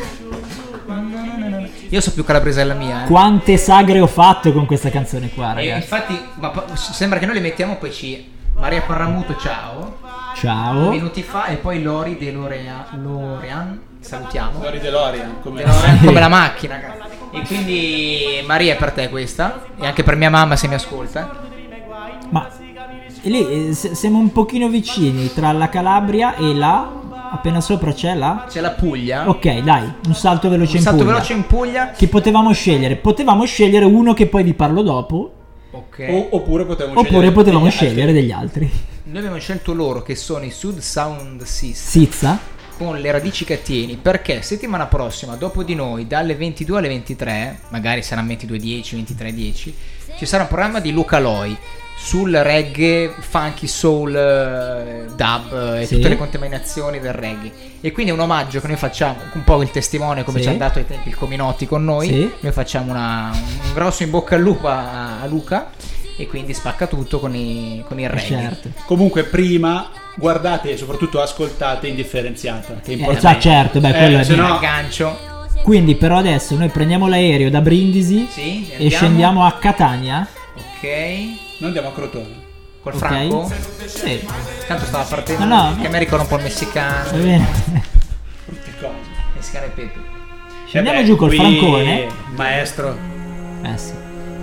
Io so più calabrese la mia, eh. Quante sagre ho fatto con questa canzone qua, ragazzi. E infatti, ma po- sembra che noi le mettiamo, poi ci Maria Parramuto, ciao. Ciao. Minuti fa, e poi Lori De Lorea, Lorean, salutiamo. Lori DeLorean, come, DeLorean, come la macchina, ragazzi. E quindi Maria è per te questa, e anche per mia mamma se mi ascolta. Ma lì eh, s- siamo un pochino vicini tra la Calabria e la... Appena sopra c'è la... C'è la Puglia. Ok, dai, un salto veloce Un in salto Puglia. veloce in Puglia. Che potevamo scegliere? Potevamo scegliere uno che poi vi parlo dopo. Ok. O, oppure potevamo Oppure scegliere potevamo degli scegliere altri. degli altri. Noi abbiamo scelto loro, che sono i Sud Sound System, Sizza. con le radici che attieni, perché settimana prossima, dopo di noi, dalle ventidue alle ventitré, magari saranno ventidue e dieci, ventitré e dieci, ci sarà un programma di Luca Loi sul reggae, funky soul, eh, dub eh, e Sì. tutte le contaminazioni del reggae. E quindi è un omaggio che noi facciamo, un po' il testimone come Sì. ci ha dato ai tempi il Cominotti con noi. Sì. Noi facciamo una, un grosso in bocca al lupo a, a Luca, e quindi spacca tutto con, i, con il reggae. Certo. Comunque prima guardate e soprattutto ascoltate Indifferenziata, che è Eh, importante. già, certo, beh, Eh, quello è se vero. no- Aggancio. Quindi però adesso noi prendiamo l'aereo da Brindisi Sì, e andiamo. scendiamo a Catania. Ok. Noi andiamo a Crotone. Col Ok? Franco? Sì. Tanto stava partendo. No, no. Che mi ricorda un po' il messicano. Va bene. Brutte cose. Messicano e Pepe. Scendiamo Eh beh, giù col qui, Francone. Maestro. Eh sì.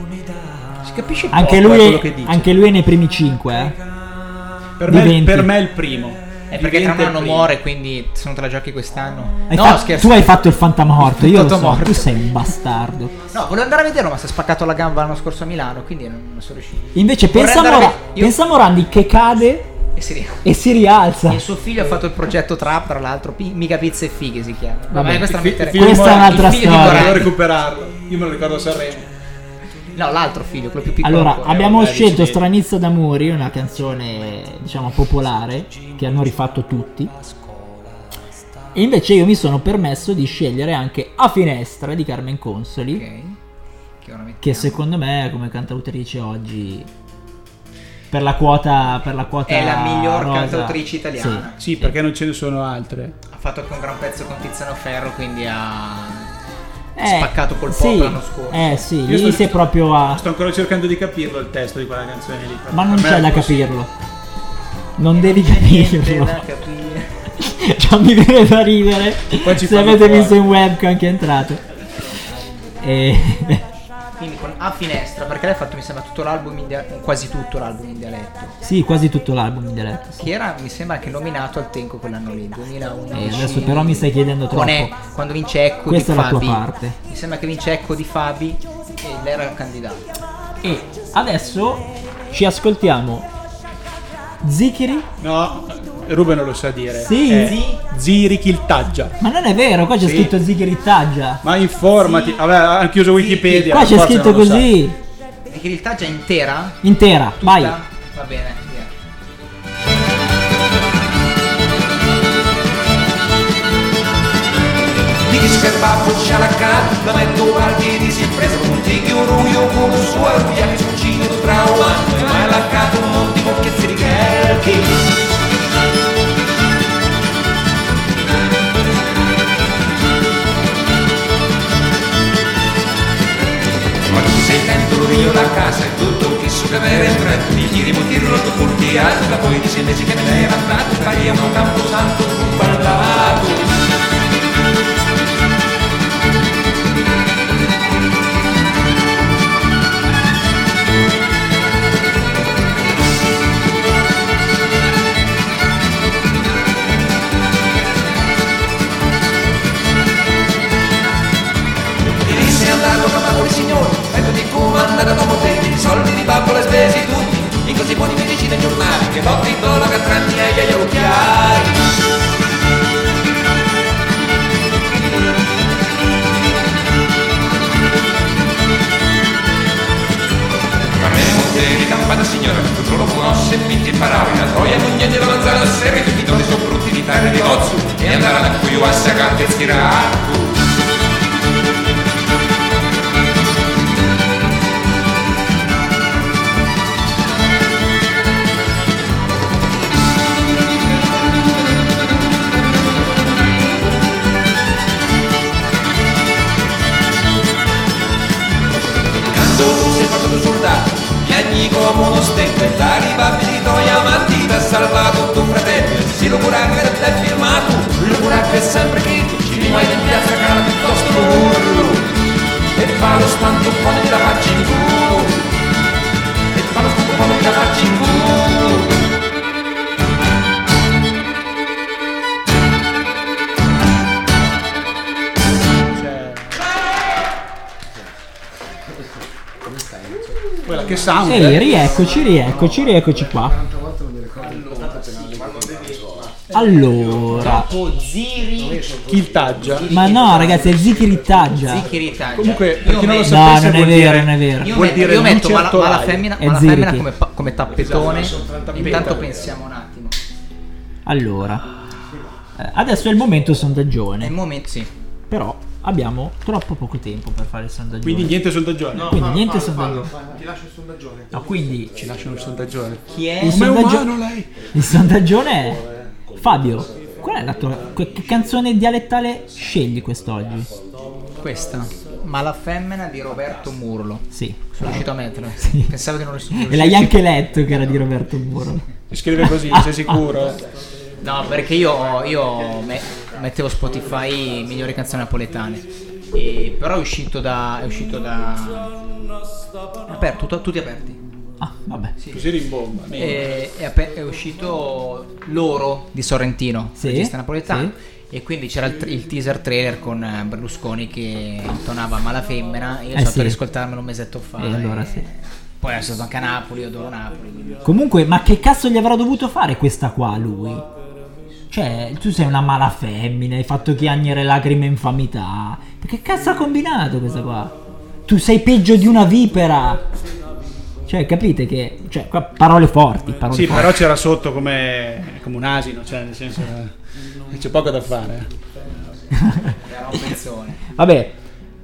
Si capisce Anche poco, lui, eh, quello che è, dice. anche lui è nei primi cinque, eh. Per di me, venti. per me è il primo. È perché tra un Diventa il anno primo. muore, quindi se non te la giochi quest'anno. Hai no, fatto- scherzo. tu hai fatto il fantamorto, io lo Tutto so, morto. tu sei un bastardo. No, volevo andare a vederlo, ma si è spaccato la gamba l'anno scorso a Milano, quindi non, non sono riuscito. Invece Vorrei pensa a, andare a Mora- ve- io- pensa a Morandi che cade E si ria- e si rialza. E suo figlio ha fatto il progetto Trap, tra l'altro, Pi- mica pizze e fighe si chiama. Vabbè, Vabbè, questa la Fi- mettere- figlio di Questa è Morandi. un'altra il figlio di storia. Devo Morandi. recuperarlo. Io me lo ricordo a Sanremo. No, l'altro figlio, quello più piccolo. Allora, ancora. abbiamo vabbè, scelto dici- Stranizza d'Amori, una canzone diciamo popolare che hanno rifatto tutti. E invece io mi sono permesso di scegliere anche A Finestra di Carmen Consoli. Ok. che ora mettiamo. che secondo me come cantautrice oggi per la quota per la quota è la miglior rosa, cantautrice italiana. Sì, perché non ce ne sono altre. Ha fatto anche un gran pezzo con Tiziano Ferro, quindi ha Eh, spaccato col sì, pop l'anno scorso. Eh sì, Io lì sto- sei proprio a... Sto ancora cercando di capirlo il testo di quella canzone lì. Ma non Per me c'è è da così. capirlo. Non devi Niente capirlo. da capire. Già mi viene da ridere. Poi ci Se fanno avete fuori. visto in webcam che è entrato. E... Quindi con A Finestra, perché lei ha fatto mi sembra tutto l'album in dia- quasi tutto l'album in dialetto. sì, quasi tutto l'album in dialetto. Sì. Che era, mi sembra anche nominato al Tenco quell'anno lì, duemilaundici. E adesso però mi stai chiedendo Con troppo. E, quando vince Ecco Questa di è la tua Fabi. parte. Mi sembra che vince Ecco di Fabi e lei era candidato. E adesso ci ascoltiamo Zikiri. No, Ruben non lo sa dire. Sì. È Zi- Zirichiltaggia. Ma non è vero, qua c'è Sì. scritto Zikiri Taggia. Ma informati. Vabbè, hanno chiuso Wikipedia. Qua c'è forse scritto non lo sa. così. E che il taggia intera? Intera, Tutta? vai. Va bene, via. Di chi scherbato c'è la cara, la metto al piedi si è preso con ti chiuro io con il suo via che scucino tra un anno e mai laccato un monti bocchetti di chelchi. Ma tu sei dentro io la casa e tutto chi su che avere entrato di giri motirlo tu cultiato da poi di sei mesi che me ne era andato spariamo un campo santo un ballato. Signore, ecco di comandare dopo te, i soldi di babbo e spesi tutti, in così buoni medicine e giornali, che botti dollaro a tre miei agli occhiali. Ma me monte di campana signora, tutto lo conosce e mi ti imparavi, la troia non niente la manzana a serri, tutti i doni sono brutti di terra e di gozzo, e andare da cui io a sagante e schirarco. Come uno stecco e la ribabilito gli amanti t'ha salvato tuo fratello si lo cura che t'è firmato lo cura che è sempre chi ci rimane in piazza cara piuttosto urlo e fa lo stanto un po' di la faccia in culo e fa lo stanto un po' di la faccia in culo. Quella che sound. Ehi, rieccoci, rieccoci, rieccoci qua. Allora, Ziri Kiltaggia. ma no, ragazzi, è Zikiri Taggia. Zikiri Taggia. Comunque, per Io chi non lo metto- No, sapesse, non è vuol vero, dire- non è vero. Io vuol metto, dire io metto luce mala, altolaio. mala femmina, È mala Zirchi. femmina come, pa- come tappettone. Esatto, sono tappeti. Intanto pensiamo un attimo. Allora, eh, adesso è il momento È il sondaggione. momento, sì. Però abbiamo troppo poco tempo per fare il sondaggione. Quindi niente sondaggione. Quindi niente sondaggione. Ti lascio il sondaggione. No, quindi Ci lasciano il sondaggione. Chi è? il Come è sondaggione, umano lei? il sondaggione è Fabio. Qual è la tua che che canzone dialettale scegli quest'oggi? Questa. Mala femmina di Roberto Murlo. Sì. Sono riuscito a metterla. Sì. Pensavo che non lo E l'hai anche letto che era di Roberto Muro. Si scrive così, sei sicuro? No, perché io, io me- mettevo Spotify migliori canzoni napoletane. E, però è uscito da. È uscito da. È aperto, tu- tutti aperti. Ah, vabbè. Così rimbomba. E, è, ape- è uscito Loro di Sorrentino, Sì, regista napoletano. sì. E quindi c'era il, tr- il teaser trailer con eh, Berlusconi che intonava Mala femmina. Io Eh, sono stato sì. a riscoltarmelo un mesetto fa. E allora sì. Poi è stato anche a Napoli, io adoro Napoli. quindi- Comunque, ma che cazzo gli avrà dovuto fare questa qua lui? Cioè, tu sei una mala femmina, hai fatto chiagnere lacrime e infamità. Ma che cazzo ha combinato questa qua? Tu sei peggio di una vipera. Cioè, capite che... Cioè, qua parole forti, parole Sì, forti. però c'era sotto come, come un asino, cioè nel senso eh, c'è poco da fare. Era un pezzone. Vabbè,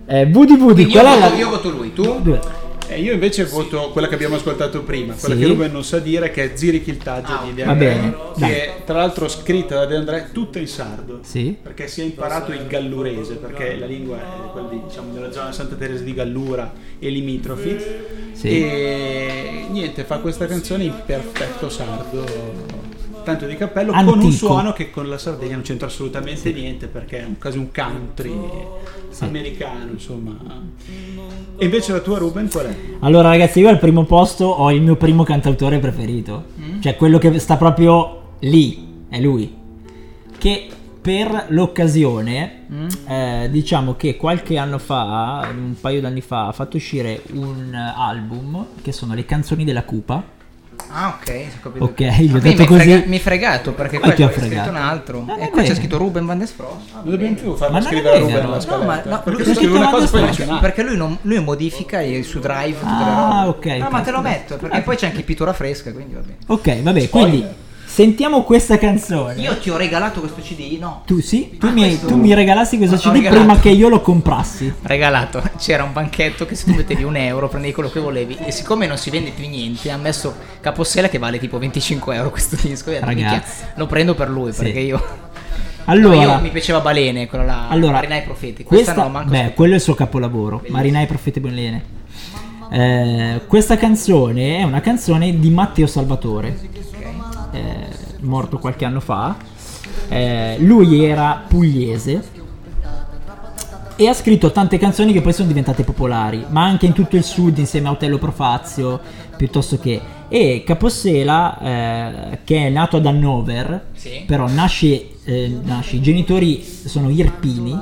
Eh, Woody Woody, Quindi io qual è voto, la... io voto lui, tu? Due. E io invece voto quella che abbiamo ascoltato prima, quella Sì. che Ruben non sa dire, che è Ziri Kiltaggio Ah, di De va André, bene, dai. che è tra l'altro scritta da De André tutta in sardo, Sì. perché si è imparato il gallurese, perché la lingua è quella di, diciamo, della zona Santa Teresa di Gallura e limitrofi, Sì. e niente, fa questa canzone in perfetto sardo, tanto di cappello, con Antico. un suono che con la Sardegna non c'entra assolutamente niente, perché è un, quasi un country americano, insomma. E invece la tua, Ruben, qual è? Allora ragazzi, io al primo posto ho il mio primo cantautore preferito, Mm. cioè quello che sta proprio lì, è lui, che per l'occasione, Mm. eh, diciamo che qualche anno fa, un paio d'anni fa, ha fatto uscire un album che sono le canzoni della Cupa. Ah, ok, ho capito. Ok, gli ho Ah, quindi detto mi, così. frega- mi hai fregato perché Ma qua ti ho c'è scritto fregato. un altro. Ah, e va qua c'è bene. scritto Ruben Van der Frost. Non dobbiamo più Ma farlo non scrivere è a Ruben vero. la No, scaletta, ma- no, perché lui- lui scrive una cosa e poi non perché, c'è un'altra. perché lui, non, lui modifica il- su Drive tutte le Ah, robe. ok, No, ok. ma te lo metto perché poi c'è anche pittura fresca, quindi va bene. Ok, vabbè, quindi sentiamo questa canzone. Io ti ho regalato questo C D, no? Tu sì, tu, Ah, mi, questo- tu mi regalassi questo Ho C D regalato. prima che io lo comprassi. Regalato, c'era un banchetto che se tu mettevi un euro prendevi quello che volevi e siccome non si vende più niente ha messo Capossela che vale tipo venticinque euro questo disco e ho detto, Ragazzi. "Minchia, lo prendo per lui Sì. perché io Allora, no, io mi piaceva Balene, quella là, allora Marinai Profeti, questa, questa, no, manco beh, ascoltato. quello è il suo capolavoro, Marinai Profeti Balene. Eh, questa canzone è una canzone di Matteo Salvatore, eh, morto qualche anno fa. Eh, lui era pugliese e ha scritto tante canzoni che poi sono diventate popolari, ma anche in tutto il sud insieme a Otello Profazio, piuttosto che... E Capossela, eh, che è nato ad Hannover, Sì. però nasce, eh, nasce, i genitori sono irpini.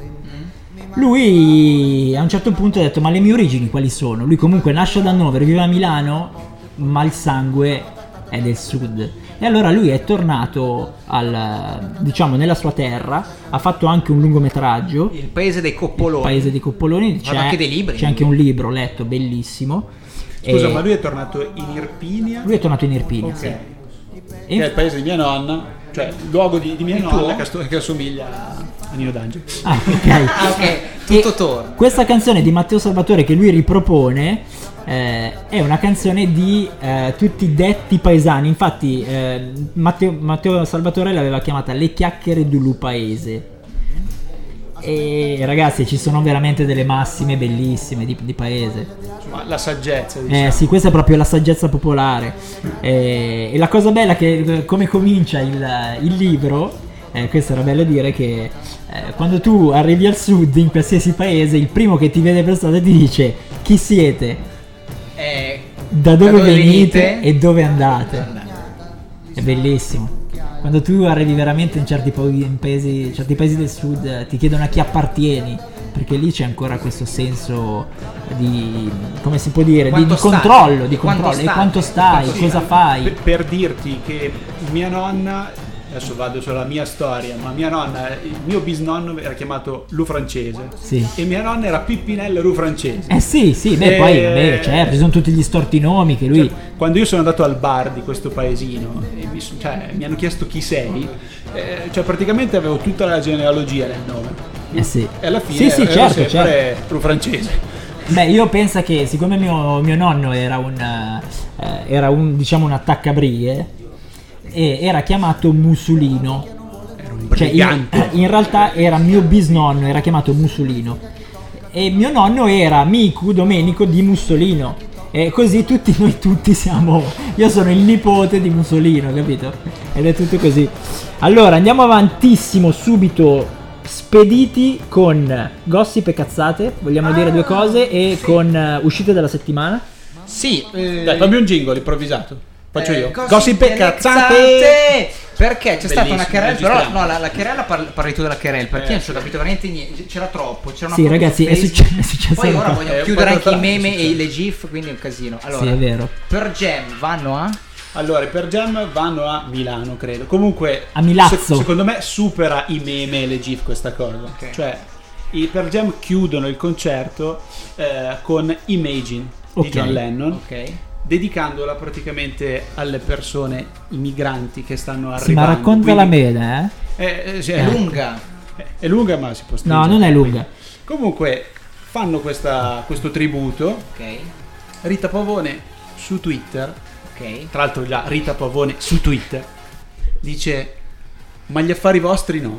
Lui a un certo punto ha detto: ma le mie origini quali sono? Lui comunque nasce ad Hannover, vive a Milano, ma il sangue è del sud. E allora lui è tornato al, diciamo, nella sua terra, ha fatto anche un lungometraggio, Il paese dei coppoloni. Il paese dei coppoloni, Fanno anche dei libri. c'è anche un libro letto bellissimo. Scusa, E ma lui è tornato in Irpinia, lui è tornato in Irpinia, ok, sì. che E- è il paese di mia nonna, cioè il luogo di, di mia Il nonna tuo? che, asso- che assomiglia a Nino D'Angelo. Ah, ok. Ah, ok, tutto torna. Questa canzone di Matteo Salvatore che lui ripropone eh, è una canzone di eh, tutti i detti paesani. Infatti eh, Matteo, Matteo Salvatore l'aveva chiamata Le chiacchiere di un paese. E ragazzi, ci sono veramente delle massime bellissime di, di paese. Insomma, la saggezza, diciamo. Eh sì, questa è proprio la saggezza popolare. Eh, e la cosa bella è che eh, come comincia il, il libro, eh, questo era bello dire, che eh, quando tu arrivi al sud in qualsiasi paese, il primo che ti vede per strada ti dice: chi siete, Eh, da dove, da dove venite, venite e dove andate. È bellissimo. Quando tu arrivi veramente in certi, pa- in paesi, certi paesi del sud, eh, ti chiedono a chi appartieni, perché lì c'è ancora questo senso di, come si può dire, di, Quanto di stai, controllo, di di quanto controllo, e stai, quanto di stai, quanto cosa Per, fai. per dirti che mia nonna, adesso vado sulla mia storia, ma mia nonna, il mio bisnonno era chiamato Lu Francese, Sì. e mia nonna era Pippinella Lu Francese. Eh sì, sì, beh, Eh, poi vabbè, certo, ci sono tutti gli storti nomi che lui... Cioè, quando io sono andato al bar di questo paesino e mi, cioè, mi hanno chiesto chi sei, eh, cioè praticamente avevo tutta la genealogia nel nome, Eh sì. e alla fine Sì, sì, ero certo, sempre certo. Lu Francese. Beh, io penso che siccome mio, mio nonno era un, eh, era un, diciamo, un attaccabrie, e era chiamato Mussolino. Era un Cioè, in, brigante. in realtà era mio bisnonno, era chiamato Mussolino, e mio nonno era Micu Domenico di Mussolino, e così tutti noi tutti siamo, io sono il nipote di Mussolino, capito? Ed è tutto così. Allora andiamo avantissimo, subito spediti con gossip e cazzate, vogliamo dire due cose, e con uh, uscite della settimana. sì, eh, Dai, fammi un jingle improvvisato. Faccio eh, io. gossip Gossip e e cazzate. Perché c'è stata una Bellissimo, querela, però registriamo. no, la, la querela parli, parli tu della querela, perché Eh, io non ci ho capito veramente niente, c'era troppo, c'era una Sì, foto ragazzi, su è Facebook. successo- è successo Poi un ora po'. vogliono Eh, chiudere un po' anche i troppo meme successo. e le gif, quindi è un casino. Allora, Sì, è vero. per Jam vanno a... Allora, i Per Jam vanno a Milano, credo. Comunque, A Milazzo. se- secondo me supera i meme e le gif questa cosa. Ok. Cioè, i Per Jam chiudono il concerto eh, con Imagine Ok. di John Lennon, Ok. dedicandola praticamente alle persone, i migranti che stanno arrivando. Sì, ma raccontala Quindi- bene, eh. Eh, eh, sì, È eh, lunga. È lunga, ma si può stringere. No, non è lunga. Comunque, fanno questa, questo tributo. Ok. Rita Pavone su Twitter, Ok. tra l'altro già Rita Pavone su Twitter, dice: ma gli affari vostri no.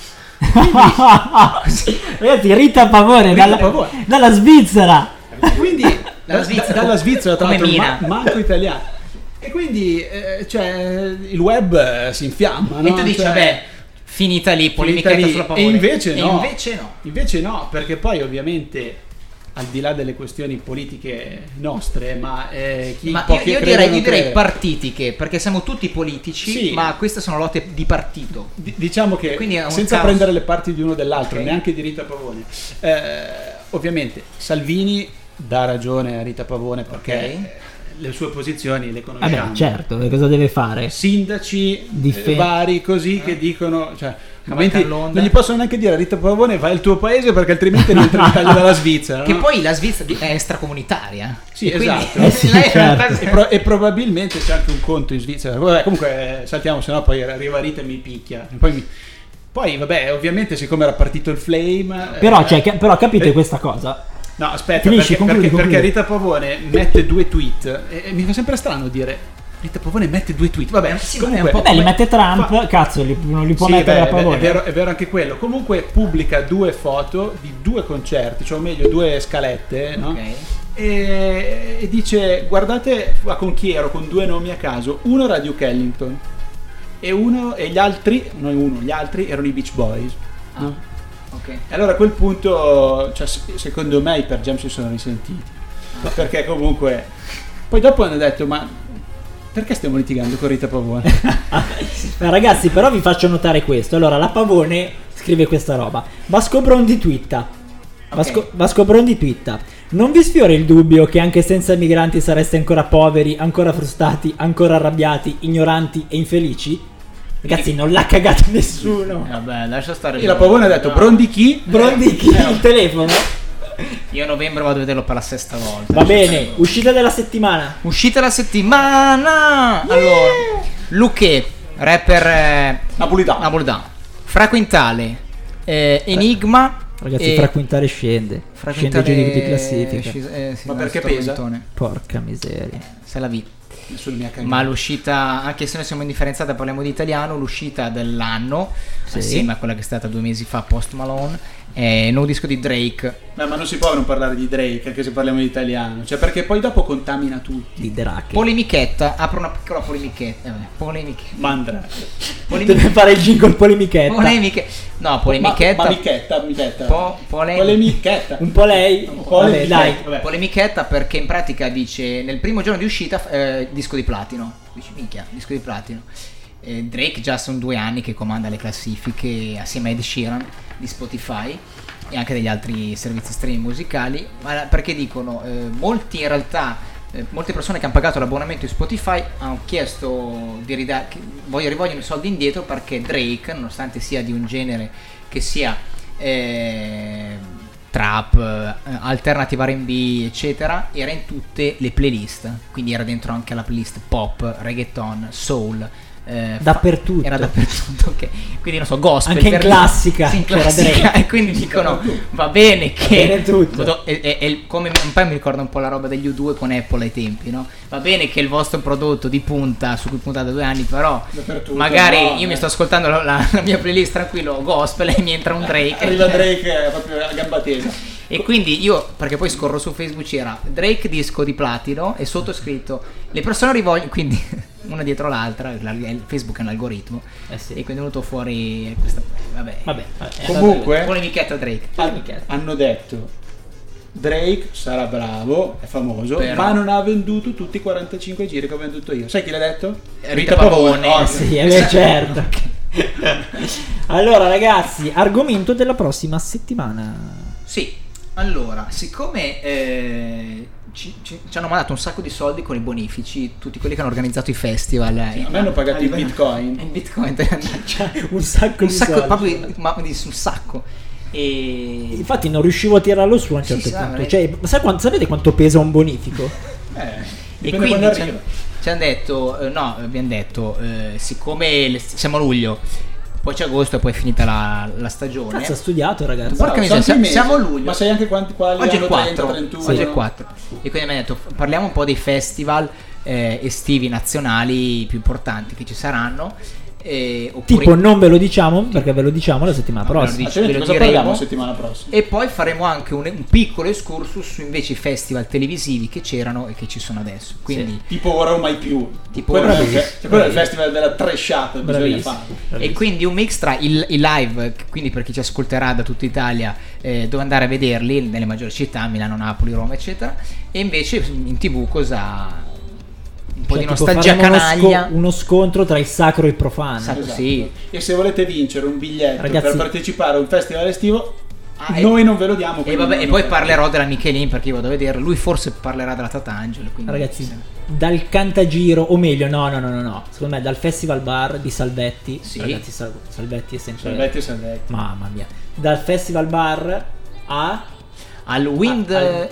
Ragazzi, Rita Pavone, Rita dalla, Pavone. dalla Svizzera. Quindi Dalla da- Svizzera, dalla Svizzera, tra come l'altro, Mina. ma- manco italiano. E quindi eh, cioè, il web eh, si infiamma, no? E tu dici, Cioè, vabbè, finita lì, polemichetta finita lì. sulla E Pavone. invece E no. invece no. Invece no, perché poi ovviamente al di là delle questioni politiche nostre, ma eh, chi Ma io, pochi io credono direi, io non direi crede. partitiche, perché siamo tutti politici, Sì. ma queste sono lotte di partito. D- diciamo che Quindi è un senza caos. prendere le parti di uno dell'altro, Ok. neanche di Rita Pavone, eh, ovviamente Salvini dà ragione a Rita Pavone perché Ok. le sue posizioni le conosciamo. Vabbè, certo, e cosa deve fare? Sindaci Dife- eh, vari così che dicono, cioè, momenti, Cavalcallonda. non gli possono neanche dire a Rita Pavone vai al tuo paese perché altrimenti non entra in Italia dalla Svizzera. Che no? poi la Svizzera è extracomunitaria. Sì, E quindi- esatto. Eh sì, lei in certo. realtà- E, pro- e probabilmente c'è anche un conto in Svizzera. Vabbè, comunque eh, saltiamo, sennò poi arriva Rita e mi picchia. Poi, mi- poi, vabbè, ovviamente siccome era partito il Flame. Però, eh, cioè, che- però capite eh, questa cosa? No, aspetta, Finisci, perché, concludi, perché- perché concludi. Rita Pavone mette due tweet e, e mi fa sempre strano dire Rita Pavone mette due tweet. Vabbè, Eh, sì, ma è comunque, un po' Vabbè, li come- mette Trump, fa- cazzo, li- non li può Sì, mettere beh, a Pavone. È vero, è vero anche quello. Comunque pubblica due foto di due concerti, cioè o meglio due scalette, no? Ok. E, e dice guardate a con chi ero, con due nomi a caso. Uno era Duke Ellington e uno e gli altri, non uno, gli altri erano i Beach Boys. No? Ok. E allora a quel punto, cioè, se- secondo me i Per Jam si sono risentiti. Perché comunque poi dopo hanno detto ma perché stiamo litigando con Rita Pavone? Ma ragazzi, però vi faccio notare questo. Allora, la Pavone scrive questa roba. Vasco Brondi twitta. Vasco, Ok. Vasco Brondi twitta. Non vi sfiora il dubbio che anche senza migranti sareste ancora poveri, ancora frustrati, ancora arrabbiati, ignoranti e infelici? Ragazzi, non l'ha cagato nessuno. Eh, Vabbè, lascia stare. E la Pavone ha detto Brondi chi? Brondi chi? Il telefono? Io a novembre vado a vederlo per la sesta volta. Va bene, uscita della settimana. Uscita la settimana. Allora, Luque, rapper eh, Napolitano. napoletano. Fra Quintale, eh, Enigma. Ragazzi, e- fra Quintale scende. Fra Scende giù Quintale di, di classifica. scis- eh, sì, Ma no, perché sto pesa? tormentone. Porca miseria. Se la vita. Nessuno mi ha cagato. Ma l'uscita, anche se noi siamo indifferenziati, parliamo di italiano, l'uscita dell'anno, Sì. assieme a quella che è stata due mesi fa, Post Malone, è il nuovo disco di Drake. No, ma non si può non parlare di Drake anche se parliamo di italiano. Cioè perché poi dopo contamina tutti. Di Drake. Polemichetta, apro una piccola polemichetta. Eh, vabbè, polemiche. Mandra. Polemiche. Deve fare il jingle polemichetta. Polemiche. No, polemichetta. Ma, ma michetta, michetta. Po- polem- Polemichetta. Un po' lei. Un po' Vabbè, lei, dai. vabbè. Polemichetta perché in pratica dice nel primo giorno di uscita eh, disco di platino. Dici minchia, disco di platino. Eh, Drake già sono due anni che comanda le classifiche assieme a Ed Sheeran di Spotify e anche degli altri servizi streaming musicali, ma perché dicono eh, molti in realtà eh, molte persone che hanno pagato l'abbonamento di Spotify hanno chiesto di ridare, che voglio, rivogliono i soldi indietro perché Drake, nonostante sia di un genere che sia eh, trap, eh, alternative R and B eccetera, era in tutte le playlist, quindi era dentro anche la playlist pop, reggaeton, soul, eh, Dappertutto. era dappertutto, ok. Quindi non so, gospel Anche in per- classica sì, in c'era classica, Drake. e quindi dicono va bene che bene tutto. e, e- e come un po' mi ricorda un po' la roba degli U due con Apple ai tempi, no? Va bene che il vostro prodotto di punta su cui puntate due anni, però Dappertutto, magari no, io eh. mi sto ascoltando la, la- la mia playlist tranquillo gospel e mi entra un Drake. Arriva Drake eh, proprio a gamba tesa. E quindi io, perché poi scorro su Facebook, c'era Drake disco di platino e sotto scritto le persone rivogliono, quindi una dietro l'altra, la- il Facebook è un algoritmo, Eh sì. e quindi è venuto fuori questa, vabbè, Vabbè, vabbè. Comunque polemichetta Drake. han- hanno detto Drake sarà bravo, è famoso, Però- ma non ha venduto tutti i quarantacinque giri che ho venduto io. Sai chi l'ha detto? Rita Pavone. ovvio. Eh sì, eh beh, certo. Allora, ragazzi, argomento della prossima settimana. Sì, allora, siccome eh, ci, ci- ci hanno mandato un sacco di soldi con i bonifici, tutti quelli che hanno organizzato i festival, eh, A me hanno pagato in bitcoin. in Bitcoin, Cioè, un sacco un di sacco, soldi. proprio, ma di- un sacco. E Infatti non riuscivo a tirarlo su a un Sì, certo sì, punto. vabbè. Cioè, sai quanto, sapete quanto pesa un bonifico? Eh, E dipende quindi quando ci, arriva. ci hanno detto, eh, no, abbiamo detto, eh, siccome le- siamo a luglio, poi c'è agosto e poi è finita la, la stagione. Cazzo, ha studiato, ragazzi. Porca miseria, siamo, siamo a luglio. Ma sai anche quanti quali Oggi è hanno quattro. trenta, trentuno? Oggi è quattro. E quindi mi ha detto parliamo un po' dei festival eh, estivi nazionali più importanti che ci saranno. Eh, oppure... Tipo non ve lo diciamo perché ve lo diciamo la settimana No, prossima. ve lo dic- ve lo cosa diremo. parliamo la settimana prossima? E poi faremo anche un, un piccolo excursus su invece i festival televisivi che c'erano e che ci sono adesso. Quindi Sì. Tipo ora o mai più. Tipo quello, ora è, o mai cioè, quello è il festival della trashata, bisogna Bravissimo. farlo. E quindi un mix tra il, i live, quindi per chi ci ascolterà da tutta Italia, eh, dove andare a vederli nelle maggiori città, Milano, Napoli, Roma, eccetera. E invece in TV cosa... un po' Cioè, di tipo, nostalgia faremo uno canaglia. sco- uno scontro tra il sacro e il profano. Esatto, Esatto. sì. E se volete vincere un biglietto Ragazzi- per partecipare a un festival estivo, Ah, e- noi non ve lo diamo. E, quindi vabbè, non e lo poi fate. parlerò della Michelin perché io vado a vederlo. Lui forse parlerà della Tatangelo. Quindi Ragazzi, dal Cantagiro, o meglio, no, no, no, no, no. Secondo me dal Festival Bar di Salvetti. Sì. Ragazzi, Sal- Salvetti è sempre. Salvetti e Salvetti. Mamma mia. Dal Festival Bar a. al Wind. Ah, al-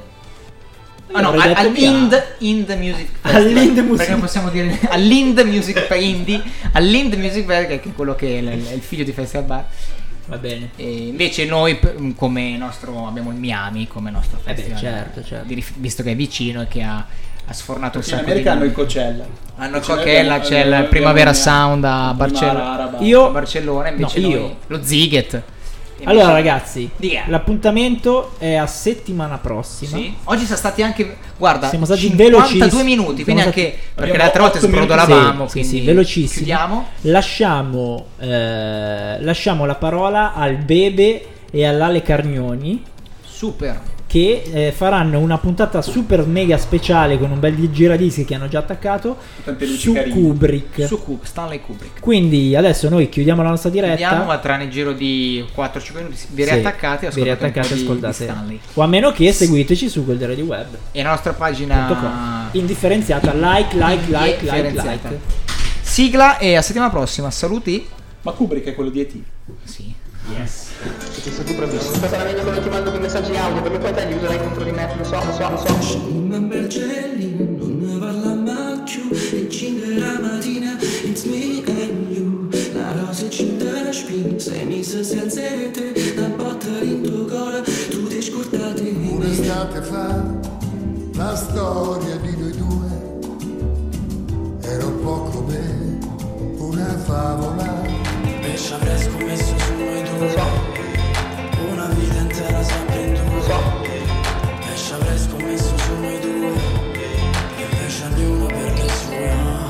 Ah no, Io al, avrei al detto via. Ind, Ind Music Festival. All'Ind Music- Perché non possiamo dire all'Ind Music Indie, all'Ind Music Festival, che è quello che è il, è il figlio di Festival Bar. Va bene. E invece noi p- come nostro abbiamo il Miami come nostro Eh beh, festival. certo, certo. di rif- visto che è vicino e che ha, ha sfornato un Perché in sacco America di hanno il nomi. Coachella. Hanno il Invece noi Coachella, abbiamo- c'è il abbiamo- Primavera abbiamo- Sound a Barcellona. Primavera Araba. Io- a Barcellona invece no, noi- io- lo Ziget. Allora, ragazzi, Di che? l'appuntamento è a settimana prossima. Sì. Oggi siamo stati anche, guarda, Siamo stati cinquantadue velocissimi. minuti, quindi Siamo anche perché abbiamo le altre volte otto minuti, sbrodolavamo, Sì, quindi sì, velocissimi. chiudiamo. Lasciamo, eh, lasciamo la parola al Bebe e all'Ale Carnioni Super. che eh, faranno una puntata super mega speciale con un bel giradischi che hanno già attaccato Tante luci su carine. Kubrick. Su Kubrick, Stanley Kubrick. Quindi adesso noi chiudiamo la nostra diretta. Chiudiamo, ma tra nel giro di quattro cinque minuti vi Sì, riattaccate e vi ascoltate riattaccate un po' e di- ascoltate. di Stanley. O a meno che seguiteci su quel di web. E la nostra pagina Indifferenziata, like, like, like, like, Indifferenziata. like. Sigla e a settimana prossima. Saluti. Ma Kubrick è quello di E T. Sì. Yes. Sei stato bravissimo. Questa è la meglio quando ti mando quei messaggi audio, per poi te li userai contro di me, lo so, lo so, lo so. Un Bergelli, non ne parla mai più. E cinque la mattina, it's me and you. La rosa ci da spin, sei messa senza te. La botta in tuo cuore, tu ti scordate. Un'estate fa, la storia di noi due era un po' come una favola. Pesce avrei scommesso su noi due. Una vita intera sempre in due. Pesce avrei scommesso su noi due. Invece ognuno per le sue.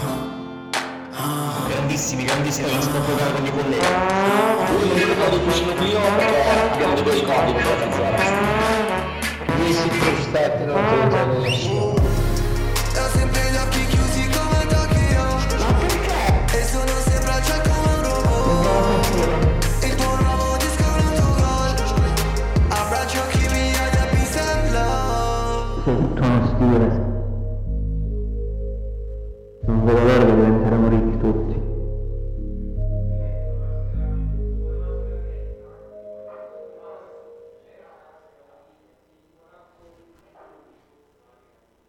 Ah, ah. Grandissimi, grandissimi, non si può giocare con i colleghi. Io non ricordo il cuscino Clio perché abbiamo dei bei ricordi per la canzone. dieci più step, non te lo gioco nessuno. Ho sempre gli occhi chiusi come Tokyo. Ma perché? E sono sempre al cielo come un robot. Il tuo nuovo disco è un autogol. Abbraccio chi mi ha da peace and love. Sei tutto uno stile. Non vedo l'ora di diventare ricchi tutti.